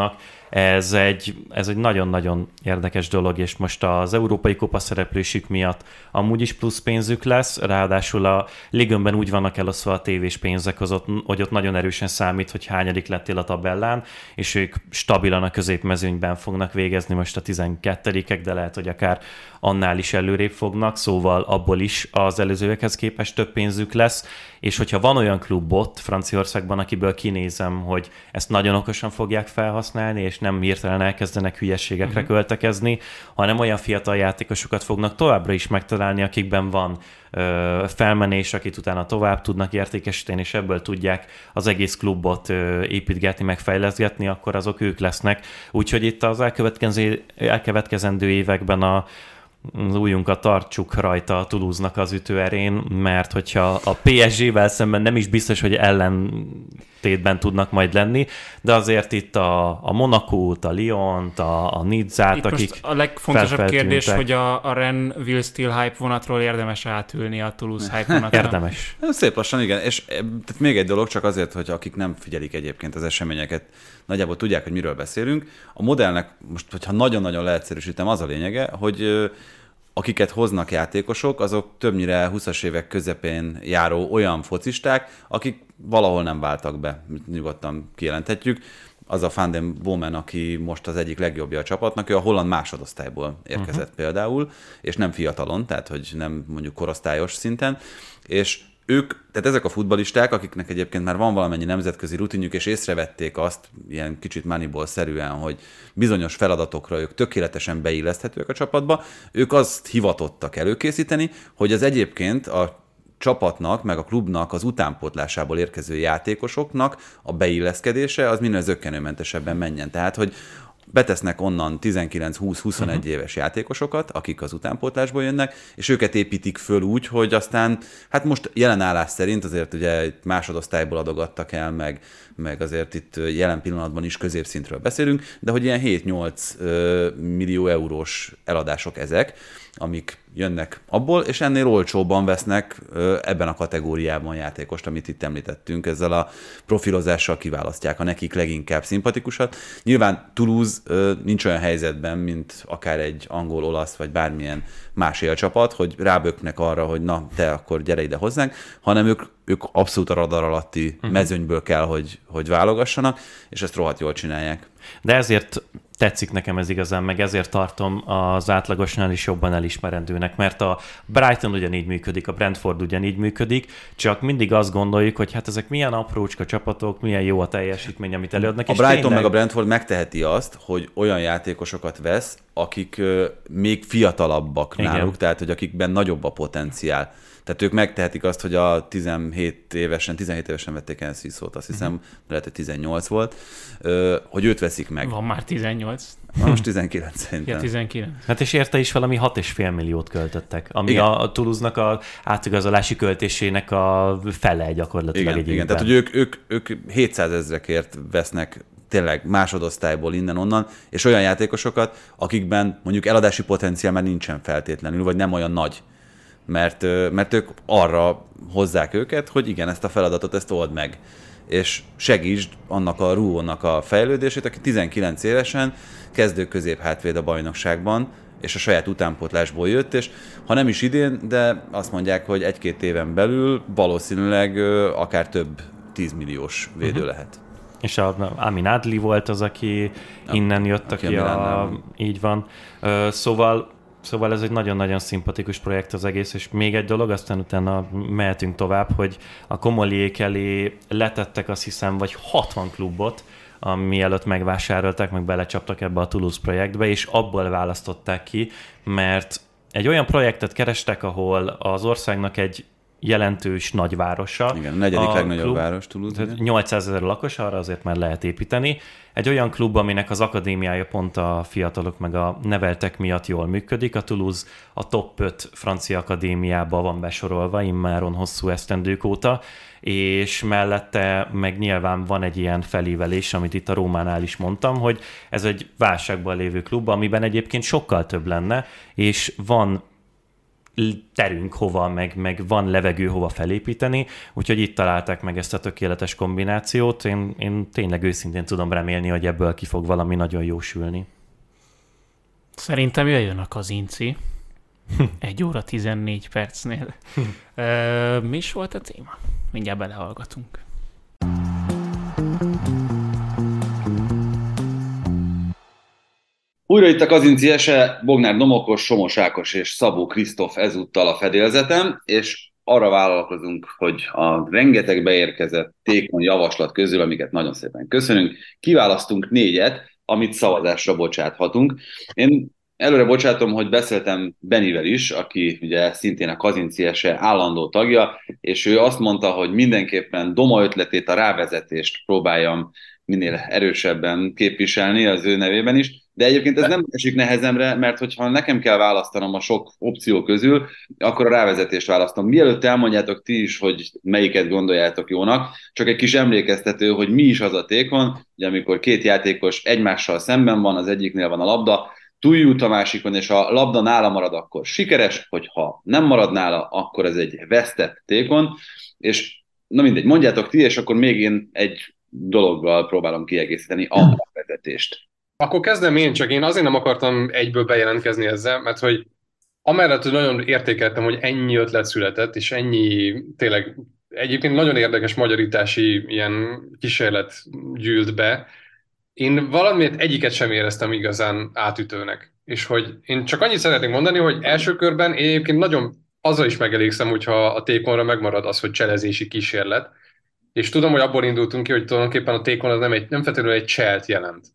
Ez egy, ez egy nagyon-nagyon érdekes dolog, és most az Európai Kupa szereplésük miatt amúgy is plusz pénzük lesz, ráadásul a ligönben úgy vannak elosztva a tévés pénzek, az ott, hogy ott nagyon erősen számít, hogy hányadik lettél a tabellán, és ők stabilan a középmezőnyben fognak végezni most a tizenkettedikek, de lehet, hogy akár annál is előrébb fognak, szóval abból is az előzőekhez képest több pénzük lesz, és hogyha van olyan klub ott Franciaországban, akiből kinézem, hogy ezt nagyon okosan fogják felhasználni, és nem hirtelen elkezdenek hülyeségekre uh-huh. költekezni, hanem olyan fiatal játékosokat fognak továbbra is megtalálni, akikben van ö, felmenés, akit utána tovább tudnak értékesíteni, és ebből tudják az egész klubot ö, építgetni, megfejleszgetni, akkor azok ők lesznek. Úgyhogy itt az elkövetkező, elkövetkezendő években a az ujjunkat tartsuk rajta a Toulouse-nak az ütőerén, mert hogyha a pé es gé-vel szemben nem is biztos, hogy ellentétben tudnak majd lenni, de azért itt a, a Monacót, a Lyont, a, a Nizzát, itt akik most a legfontosabb kérdés, hogy a, a Ren will still hype vonatról érdemes átülni a Toulouse hype vonatra. Érdemes. Szép lassan, igen. És tehát még egy dolog, csak azért, hogy akik nem figyelik egyébként az eseményeket, nagyjából tudják, hogy miről beszélünk. A modellnek most, hogyha nagyon-nagyon leegyszerűsítem, az a lényege, hogy akiket hoznak játékosok, azok többnyire húszas évek közepén járó olyan focisták, akik valahol nem váltak be, nyugodtan kijelenthetjük. Az a Van den Bomen, aki most az egyik legjobbja a csapatnak, ő a holland másodosztályból érkezett uh-huh. például, és nem fiatalon, tehát hogy nem mondjuk korosztályos szinten, és ők, tehát ezek a futballisták, akiknek egyébként már van valamennyi nemzetközi rutinjuk, és észrevették azt, ilyen kicsit Moneyball-szerűen, hogy bizonyos feladatokra ők tökéletesen beilleszthetőek a csapatba, ők azt hivatottak előkészíteni, hogy az egyébként a csapatnak, meg a klubnak az utánpótlásából érkező játékosoknak a beilleszkedése az minél zökkenőmentesebben menjen. Tehát, hogy betesznek onnan tizenkilenc húsz huszonegy uh-huh. éves játékosokat, akik az utánpótlásból jönnek, és őket építik föl úgy, hogy aztán, hát most jelen állás szerint azért ugye másodosztályból adogattak el, meg, meg azért itt jelen pillanatban is középszintről beszélünk, de hogy ilyen hét-nyolc millió eurós eladások ezek, amik jönnek abból, és ennél olcsóbban vesznek ebben a kategóriában játékost, amit itt említettünk, ezzel a profilozással kiválasztják a nekik leginkább szimpatikusat. Nyilván Toulouse nincs olyan helyzetben, mint akár egy angol, olasz, vagy bármilyen más élcsapat, hogy ráböknek arra, hogy na, te akkor gyere ide hozzánk, hanem ők, ők abszolút a radar alatti uh-huh. mezőnyből kell, hogy, hogy válogassanak, és ezt rohadt jól csinálják. De ezért tetszik nekem ez igazán, meg ezért tartom az átlagosnál is jobban elismerendőnek, mert a Brighton ugyanígy működik, a Brentford ugyanígy működik, csak mindig azt gondoljuk, hogy hát ezek milyen aprócska csapatok, milyen jó a teljesítmény, amit előadnak. A és Brighton tényleg... meg a Brentford megteheti azt, hogy olyan játékosokat vesz, akik még fiatalabbak náluk, igen. tehát hogy akikben nagyobb a potenciál. Tehát ők megtehetik azt, hogy a tizenhét évesen, tizenhét évesen vették el Sziszót, azt hiszem, uh-huh. lehet, hogy tizennyolc volt, hogy őt veszik meg. Van már tizennyolc. Van most tizenkilenc szerintem. Ja, tizenkilenc. Hát és érte is valami hat és fél milliót költöttek, ami igen. a Toulouse-nak a átigazolási költésének a fele gyakorlatilag igen, egy igen. Tehát, hogy ők, ők, ők hétszázezrekért vesznek tényleg másodosztályból innen-onnan, és olyan játékosokat, akikben mondjuk eladási potenciál már nincsen feltétlenül, vagy nem olyan nagy. Mert, mert ők arra hozzák őket, hogy igen, ezt a feladatot, ezt old meg. És segítsd annak a Rouault-nak a fejlődését, aki tizenkilenc évesen kezdő középhátvéd a bajnokságban, és a saját utánpótlásból jött, és ha nem is idén, de azt mondják, hogy egy-két éven belül valószínűleg akár több tízmilliós védő uh-huh. lehet. És a Amin Adli volt az, aki ja, innen jött, aki, aki a... a... így van. Szóval Szóval ez egy nagyon-nagyon szimpatikus projekt az egész, és még egy dolog, aztán utána mehetünk tovább, hogy a Comoliék elé letettek azt hiszem, vagy hatvan klubot, mielőtt megvásárolták, meg belecsaptak ebbe a Toulouse projektbe, és abból választották ki, mert egy olyan projektet kerestek, ahol az országnak egy jelentős nagyvárosa. Igen, a negyedik a legnagyobb klub, város Toulouse. nyolcszázezer lakos, arra azért már lehet építeni. Egy olyan klub, aminek az akadémiája pont a fiatalok meg a neveltek miatt jól működik. A Toulouse a top öt francia akadémiába van besorolva immáron hosszú esztendők óta, és mellette meg nyilván van egy ilyen felívelés, amit itt a Rómánál is mondtam, hogy ez egy válságban lévő klub, amiben egyébként sokkal több lenne, és van terünk hova, meg, meg van levegő hova felépíteni, úgyhogy itt találták meg ezt a tökéletes kombinációt. Én, én tényleg őszintén tudom remélni, hogy ebből ki fog valami nagyon jó sülni. Szerintem jöjjön a kazinci. Egy óra tizennégy percnél. Ö, mi is volt a téma? Mindjárt belehallgatunk. Újra itt a Kazinci ese, Bognár Domokos, Somos Ákos és Szabó Krisztóf ezúttal a fedélzetem, és arra vállalkozunk, hogy a rengeteg beérkezett tékony javaslat közül, amiket nagyon szépen köszönünk, kiválasztunk négyet, amit szavazásra bocsáthatunk. Én előre bocsátom, hogy beszéltem Benivel is, aki ugye szintén a Kazinci ese állandó tagja, és ő azt mondta, hogy mindenképpen Doma ötletét, a rávezetést próbáljam minél erősebben képviselni az ő nevében is, de egyébként ez nem esik nehezemre, mert hogyha nekem kell választanom a sok opció közül, akkor a rávezetést választom. Mielőtt elmondjátok ti is, hogy melyiket gondoljátok jónak, csak egy kis emlékeztető, hogy mi is az a tékon, ugye amikor két játékos egymással szemben van, az egyiknél van a labda, túljut a másikon, és a labda nála marad, akkor sikeres, hogyha nem marad nála, akkor ez egy vesztett tékon, és na mindegy, mondjátok ti, és akkor még én egy dologgal próbálom kiegészíteni a vezetést. Akkor kezdem én, csak én azért nem akartam egyből bejelentkezni ezzel, mert hogy amellett, hogy nagyon értékeltem, hogy ennyi ötlet született, és ennyi tényleg egyébként nagyon érdekes magyarítási ilyen kísérlet gyűlt be, én valamiért egyiket sem éreztem igazán átütőnek. És hogy én csak annyit szeretnék mondani, hogy első körben én egyébként nagyon azzal is megelégszem, hogyha a tékonra megmarad az, hogy cselezési kísérlet. És tudom, hogy abból indultunk ki, hogy tulajdonképpen a tékon az nem, egy, nem feltétlenül egy cselt jelent.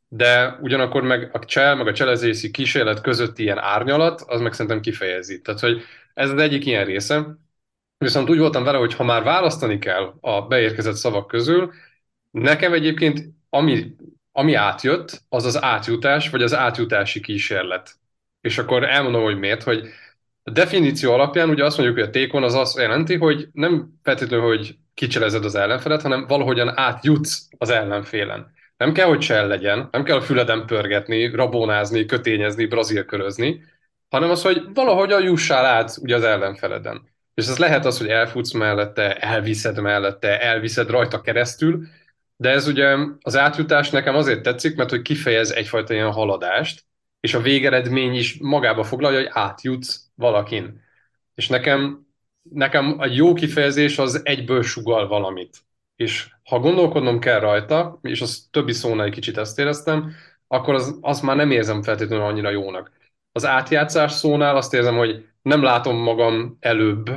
De ugyanakkor meg a csel, meg a cselezési kísérlet közötti ilyen árnyalat, az meg szerintem kifejezi. Tehát, hogy ez az egyik ilyen része. Viszont úgy voltam vele, hogy ha már választani kell a beérkezett szavak közül, nekem egyébként ami, ami átjött, az az átjutás, vagy az átjutási kísérlet. És akkor elmondom, hogy miért, hogy a definíció alapján ugye azt mondjuk, hogy a tékon az azt jelenti, hogy nem feltétlenül, hogy kicselezed az ellenfelet, hanem valahogyan átjutsz az ellenfélen. Nem kell, hogy csel legyen, nem kell a füleden pörgetni, rabónázni, kötényezni, brazilkörözni, hanem az, hogy valahogyan jussál át ugye az ellenfeleden. És ez lehet az, hogy elfutsz mellette, elviszed mellette, elviszed rajta keresztül, de ez ugye az átjutás nekem azért tetszik, mert hogy kifejez egyfajta ilyen haladást, és a végeredmény is magába foglalja, hogy átjutsz valakin. És nekem, nekem a jó kifejezés az egyből sugall valamit. És ha gondolkodnom kell rajta, és az többi szónál egy kicsit ezt éreztem, akkor az, azt már nem érzem feltétlenül annyira jónak. Az átjátszás szónál azt érzem, hogy nem látom magam előbb,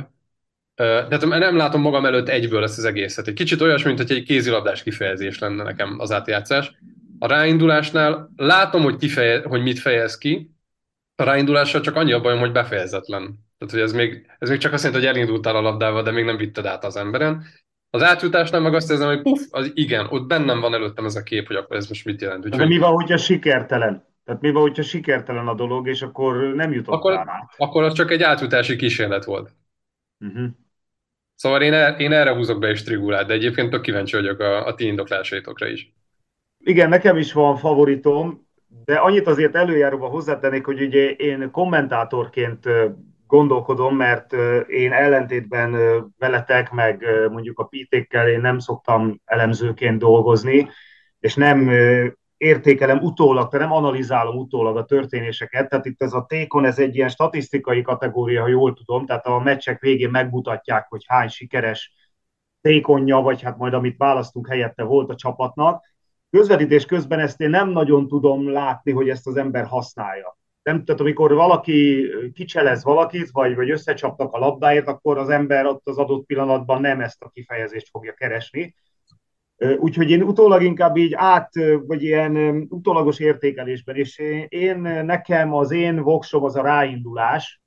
de nem látom magam előtt egyből ezt az egészet. Egy kicsit olyas, mint hogy egy kézilabdás kifejezés lenne nekem az átjátszás. A ráindulásnál látom, hogy, kifeje, hogy mit fejez ki, a ráindulással csak annyi a bajom, hogy befejezetlen. Tehát, hogy ez még, ez még csak azt jelenti, hogy elindultál a labdával, de még nem vitted át az emberen. Az átjutásnál meg azt érzem, hogy puff, az igen, ott bennem van előttem ez a kép, hogy akkor ez most mit jelent. Úgyhogy... De mi van, hogyha sikertelen? Tehát mi van, hogyha sikertelen a dolog, és akkor nem jutottál akkor, át? Akkor az csak egy átjutási kísérlet volt. Uh-huh. Szóval én, er, én erre húzok be is trigulát, de egyébként tök kíváncsi vagyok a, a ti indoklásaitokra is. Igen, nekem is van favoritom, de annyit azért előjáróba hozzátennék, hogy ugye én kommentátorként gondolkodom, mert én ellentétben veletek, meg mondjuk a pítékkel én nem szoktam elemzőként dolgozni, és nem értékelem utólag, tehát nem analizálom utólag a történéseket, tehát itt ez a tékon, ez egy ilyen statisztikai kategória, ha jól tudom, tehát a meccsek végén megmutatják, hogy hány sikeres tékonja, vagy hát majd amit választunk helyette volt a csapatnak. Közvetítés közben ezt én nem nagyon tudom látni, hogy ezt az ember használja. Nem, tehát amikor valaki kicselez valakit, vagy, vagy összecsaptak a labdáért, akkor az ember ott az adott pillanatban nem ezt a kifejezést fogja keresni. Úgyhogy én utólag inkább így át, vagy ilyen utólagos értékelésben, és én, nekem az én voksom az a ráindulás,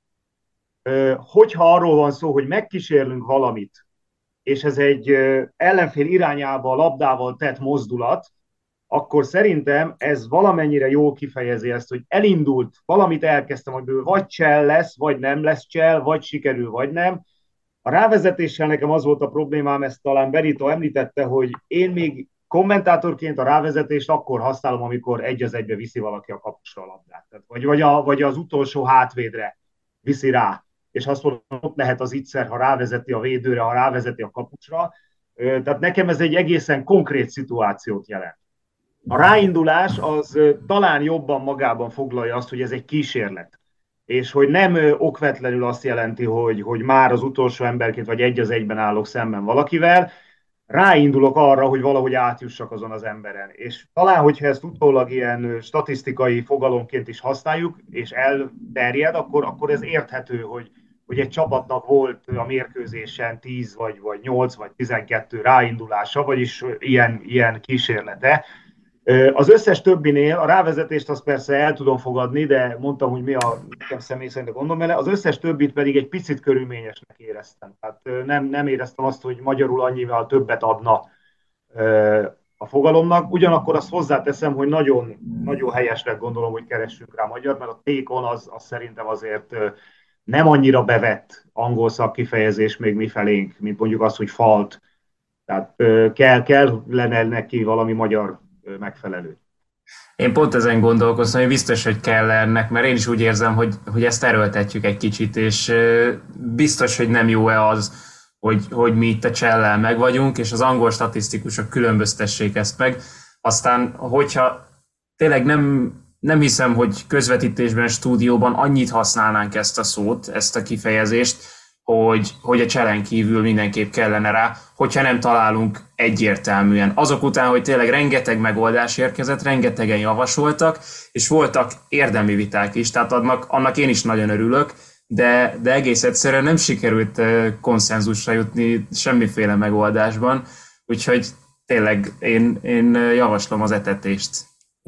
hogyha arról van szó, hogy megkísérlünk valamit, és ez egy ellenfél irányába a labdával tett mozdulat, akkor szerintem ez valamennyire jól kifejezi ezt, hogy elindult, valamit elkezdtem, hogy vagy csel lesz, vagy nem lesz csel, vagy sikerül, vagy nem. A rávezetéssel nekem az volt a problémám, ezt talán Benito említette, hogy én még kommentátorként a rávezetést akkor használom, amikor egy az egybe viszi valaki a kapusra a labdát. Tehát vagy, vagy, a, vagy az utolsó hátvédre viszi rá. és azt mondom, ott lehet az ígyszer, ha rávezeti a védőre, ha rávezeti a kapusra. Tehát nekem ez egy egészen konkrét szituációt jelent. A ráindulás az talán jobban magában foglalja azt, hogy ez egy kísérlet. És hogy nem okvetlenül azt jelenti, hogy, hogy már az utolsó emberként vagy egy az egyben állok szemben valakivel, ráindulok arra, hogy valahogy átjussak azon az emberen. És talán, hogyha ezt utólag ilyen statisztikai fogalomként is használjuk, és elterjed, akkor, akkor ez érthető, hogy, hogy egy csapatnak volt a mérkőzésen tíz vagy, vagy nyolc vagy tizenkettő ráindulása, vagyis ilyen, ilyen kísérlete. Az összes többinél a rávezetést azt persze el tudom fogadni, de mondtam, hogy mi a nekem személy szerint a gondom vele, az összes többit pedig egy picit körülményesnek éreztem. Tehát nem, nem éreztem azt, hogy magyarul annyival többet adna a fogalomnak. Ugyanakkor azt hozzáteszem, hogy nagyon, nagyon helyesnek gondolom, hogy keressünk rá magyar, mert a tékon az, az szerintem azért nem annyira bevett angol szakkifejezés még mi felénk, mint mondjuk az, hogy fault. Tehát kell, kell lenne neki valami magyar megfelelő. Én pont ezen gondolkoztam, hogy biztos, hogy kell ennek, mert én is úgy érzem, hogy, hogy ezt erőltetjük egy kicsit, és biztos, hogy nem jó-e az, hogy, hogy mi itt a Csellel meg vagyunk, és az angol statisztikusok különböztessék ezt meg. Aztán, hogyha tényleg nem, nem hiszem, hogy közvetítésben, stúdióban annyit használnánk ezt a szót, ezt a kifejezést, hogy, hogy a Csellen kívül mindenképp kellene rá, hogyha nem találunk egyértelműen. Azok után, hogy tényleg rengeteg megoldás érkezett, rengetegen javasoltak, és voltak érdemi viták is, tehát annak, annak én is nagyon örülök, de, de egész egyszerűen nem sikerült konszenzusra jutni semmiféle megoldásban, úgyhogy tényleg én, én javaslom az etetést.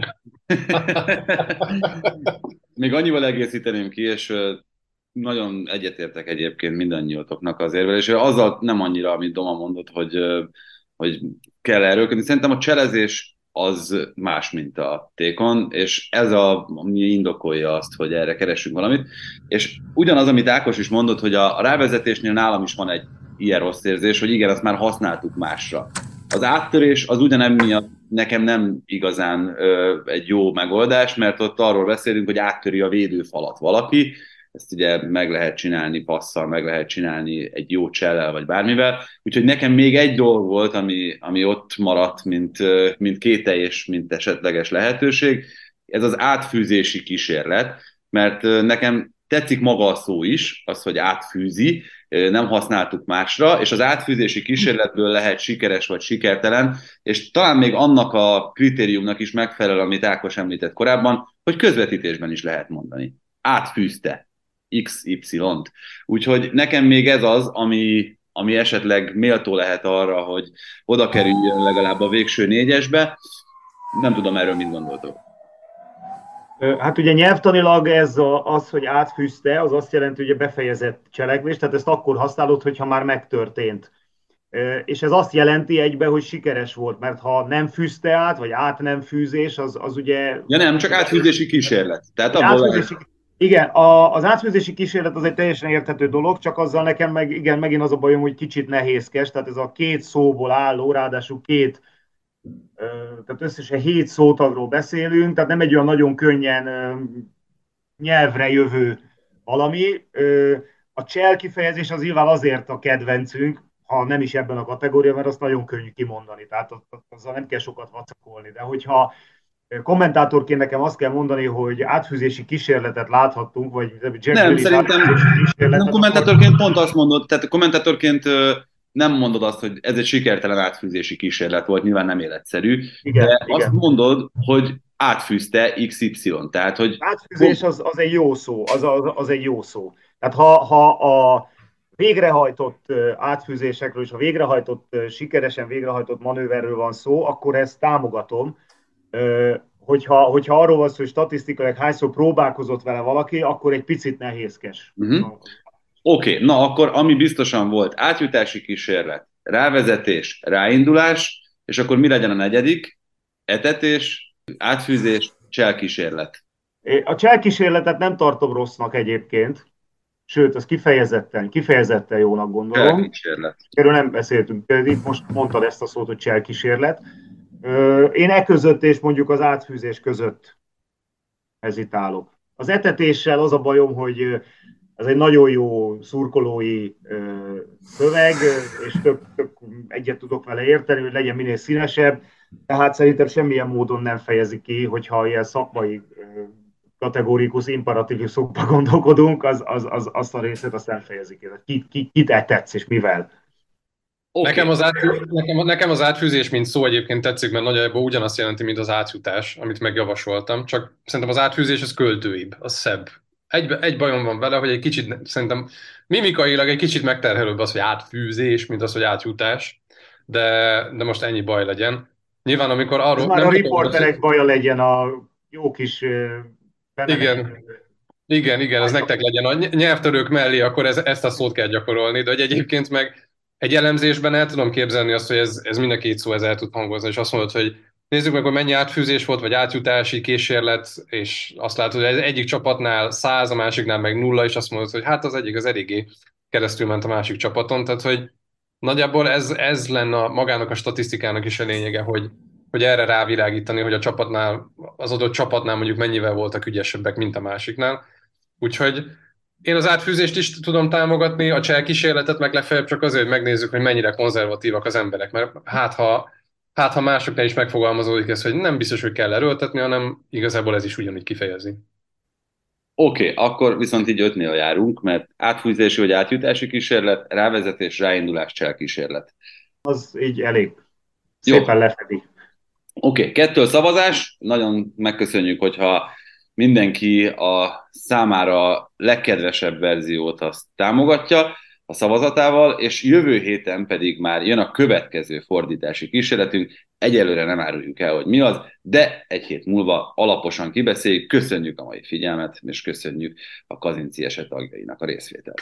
Még annyival egészíteném ki, és nagyon egyetértek egyébként mindannyiótoknak az érvel, és azzal nem annyira, amit Doma mondott, hogy, hogy kell erőlködni. Szerintem a cselezés az más, mint a tékon, és ez a, ami indokolja azt, hogy erre keressünk valamit. És ugyanaz, amit Ákos is mondott, hogy a, a rávezetésnél nálam is van egy ilyen rossz érzés, hogy igen, azt már használtuk másra. Az áttörés az ugyanemiatt nekem nem igazán ö, egy jó megoldás, mert ott arról beszélünk, hogy áttöri a védőfalat valaki, ezt ugye meg lehet csinálni passzal, meg lehet csinálni egy jó csellel, vagy bármivel. Úgyhogy nekem még egy dolog volt, ami, ami ott maradt, mint, mint kételjes, mint esetleges lehetőség. Ez az átfűzési kísérlet, mert nekem tetszik maga a szó is, az, hogy átfűzi, nem használtuk másra, és az átfűzési kísérletből lehet sikeres vagy sikertelen, és talán még annak a kritériumnak is megfelel, amit Ákos említett korábban, hogy közvetítésben is lehet mondani. Átfűzte iksz ipszilont. Úgyhogy nekem még ez az, ami, ami esetleg méltó lehet arra, hogy oda kerüljön legalább a végső négyesbe. Nem tudom, erről mit gondoltok. Hát ugye nyelvtanilag ez a, az, hogy átfűzte, az azt jelenti, hogy befejezett cselekvés, tehát ezt akkor használod, hogyha már megtörtént. És ez azt jelenti egybe, hogy sikeres volt, mert ha nem fűzte át, vagy át nem fűzés, az, az ugye... Ja nem, csak átfűzési kísérlet. Tehát abból átfűzési... Igen, a, az átfűzési kísérlet az egy teljesen érthető dolog, csak azzal nekem meg, igen, megint az a bajom, hogy kicsit nehézkes, tehát ez a két szóból álló, ráadásul két, tehát összesen hét szótagról beszélünk, tehát nem egy olyan nagyon könnyen nyelvre jövő valami. A csel kifejezés az nyilván azért a kedvencünk, ha nem is ebben a kategóriában, mert azt nagyon könnyű kimondani, tehát azzal nem kell sokat vacakolni, de hogyha kommentátorként nekem azt kell mondani, hogy átfűzési kísérletet láthattunk, vagy Jack nem, szerintem nem kommentátorként akkor... pont azt mondod, tehát kommentátorként nem mondod azt, hogy ez egy sikertelen átfűzési kísérlet volt, nyilván nem életszerű, igen, de igen. Azt mondod, hogy átfűzte iksz ipszilon, tehát hogy... Átfűzés az, az egy jó szó, az, az, az egy jó szó. Tehát ha, ha a végrehajtott átfűzésekről és a végrehajtott, sikeresen végrehajtott manőverről van szó, akkor ezt támogatom. Hogyha, hogyha arról van szó, hogy statisztikailag hányszor próbálkozott vele valaki, akkor egy picit nehézkes. Uh-huh. Oké, okay, na akkor ami biztosan volt, átjutási kísérlet, rávezetés, ráindulás, és akkor mi legyen a negyedik? Etetés, átfűzés, cselkísérlet. A cselkísérletet nem tartom rossznak egyébként, sőt, az kifejezetten, kifejezetten jónak gondolom. Cselkísérlet. Erről nem beszéltünk, itt most mondtad ezt a szót, hogy cselkísérlet. Én e között és mondjuk az átfűzés között hezitálok. Az etetéssel az a bajom, hogy Ez egy nagyon jó szurkolói szöveg, és tök, tök egyet tudok vele érteni, hogy legyen minél színesebb, tehát szerintem semmilyen módon nem fejezi ki, hogyha ilyen szakmai kategórikus, imperatívuszokba gondolkodunk, az, az, az, azt a részét azt nem fejezi ki. Ki, ki, kit tetsz és mivel? Okay. Nekem, az átfűzés, nekem, nekem az átfűzés, mint szó egyébként tetszik, mert nagyjából ugyanazt jelenti, mint az átjutás, amit megjavasoltam, csak szerintem az átfűzés az költőibb, az szebb. Egy, egy bajom van vele, hogy egy kicsit, szerintem mimikailag egy kicsit megterhelőbb az, hogy átfűzés, mint az, hogy átjutás, de, de most ennyi baj legyen. Nyilván, amikor arról... Ez már nem a riporterek hogy... baja legyen, a jó kis... Igen. Igen, igen, ez nektek legyen. A nyelvtörők mellé akkor ez, ezt a szót kell gyakorolni, de hogy egyébként meg egy elemzésben el tudom képzelni azt, hogy ez, ez mind a két szó ez el tud hangozni, és azt mondod, hogy nézzük meg, hogy mennyi átfűzés volt, vagy átjutási kísérlet, és azt látod, hogy ez egyik csapatnál száz, a másiknál meg nulla, és azt mondod, hogy hát az egyik az eléggé keresztül ment a másik csapaton, tehát hogy nagyjából ez, ez lenne a, magának a statisztikának is a lényege, hogy, hogy erre rávilágítani, hogy a csapatnál, az adott csapatnál mondjuk mennyivel voltak ügyesebbek, mint a másiknál. Úgyhogy én az átfűzést is tudom támogatni, a cselkísérletet meg legfeljebb csak azért, hogy megnézzük, hogy mennyire konzervatívak az emberek, mert hát ha, hát, ha másoknál is megfogalmazódik ez, hogy nem biztos, hogy kell erőltetni, hanem igazából ez is ugyanígy kifejezi. Oké, okay, akkor viszont így ötnél járunk, mert átfűzési vagy átjutási kísérlet, rávezetés, ráindulás, cselkísérlet. Az így elég szépen jó. Lefedi. Oké, okay, kettő szavazás, nagyon megköszönjük, hogyha mindenki a számára legkedvesebb verziót azt támogatja a szavazatával, és jövő héten pedig már jön a következő fordítási kísérletünk. Egyelőre nem áruljuk el, hogy mi az, de egy hét múlva alaposan kibeszéljük. Köszönjük a mai figyelmet, és köszönjük a Kazinci eset tagjainak a részvételt.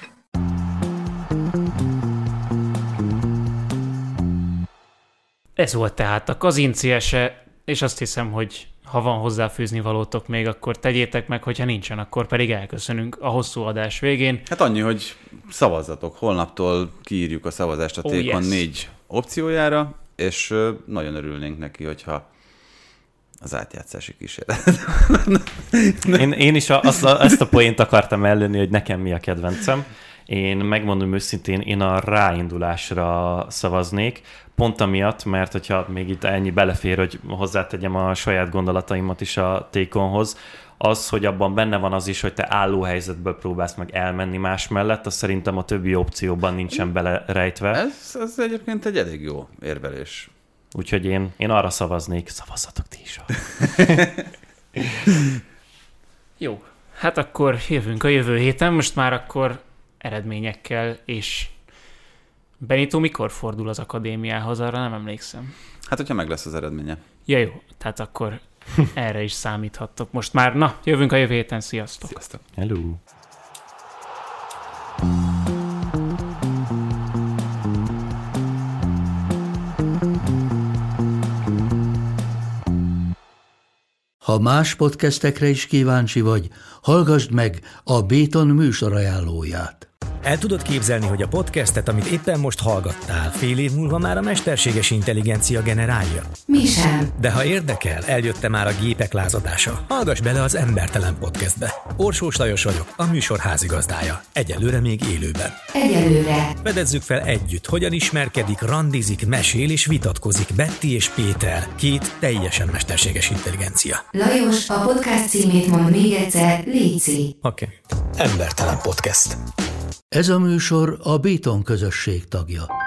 Ez volt tehát a Kazinci eset, és azt hiszem, hogy ha van hozzáfűzni valótok még, akkor tegyétek meg, hogyha nincsen, akkor pedig elköszönünk a hosszú adás végén. Hát annyi, hogy szavazzatok. Holnaptól kiírjuk a szavazást a oh, Tékon yes. négy opciójára, és nagyon örülnénk neki, hogyha az átjátszási kísérlet. én, én is azt a, ezt a poént akartam ellőni, hogy nekem mi a kedvencem. Én megmondom őszintén, én a ráindulásra szavaznék, pont amiatt, mert hogyha még itt ennyi belefér, hogy hozzátegyem a saját gondolataimat is a Tékonhoz, az, hogy abban benne van az is, hogy te álló helyzetből próbálsz meg elmenni más mellett, az szerintem a többi opcióban nincsen belerejtve. Ez, ez egyébként egy elég jó érvelés. Úgyhogy én, én arra szavaznék, szavazzatok ti is. Jó, hát akkor jövünk a jövő héten, most már akkor eredményekkel, és Benito mikor fordul az akadémiához, arra nem emlékszem. Hát, hogyha meg lesz az eredménye. Ja, jó, tehát akkor erre is számíthattok. Most már, na, jövünk a jövő héten, sziasztok! Sziasztok! Hello! Ha más podcastekre is kíváncsi vagy, hallgassd meg a Béton műsor ajánlóját. El tudod képzelni, hogy a podcastet, amit éppen most hallgattál, fél év múlva már a mesterséges intelligencia generálja? Mi sem. De ha érdekel, eljött már a gépek lázadása. Hallgass bele az Embertelen Podcastbe. Orsós Lajos vagyok, a műsor házigazdája. Egyelőre még élőben. Egyelőre. Fedezzük fel együtt, hogyan ismerkedik, randizik, mesél és vitatkozik Betty és Péter, két teljesen mesterséges intelligencia. Lajos, a podcast címét mond még egyszer, léci. Oké. Okay. Embertelen Podcast. Ez a műsor a Béton közösség tagja.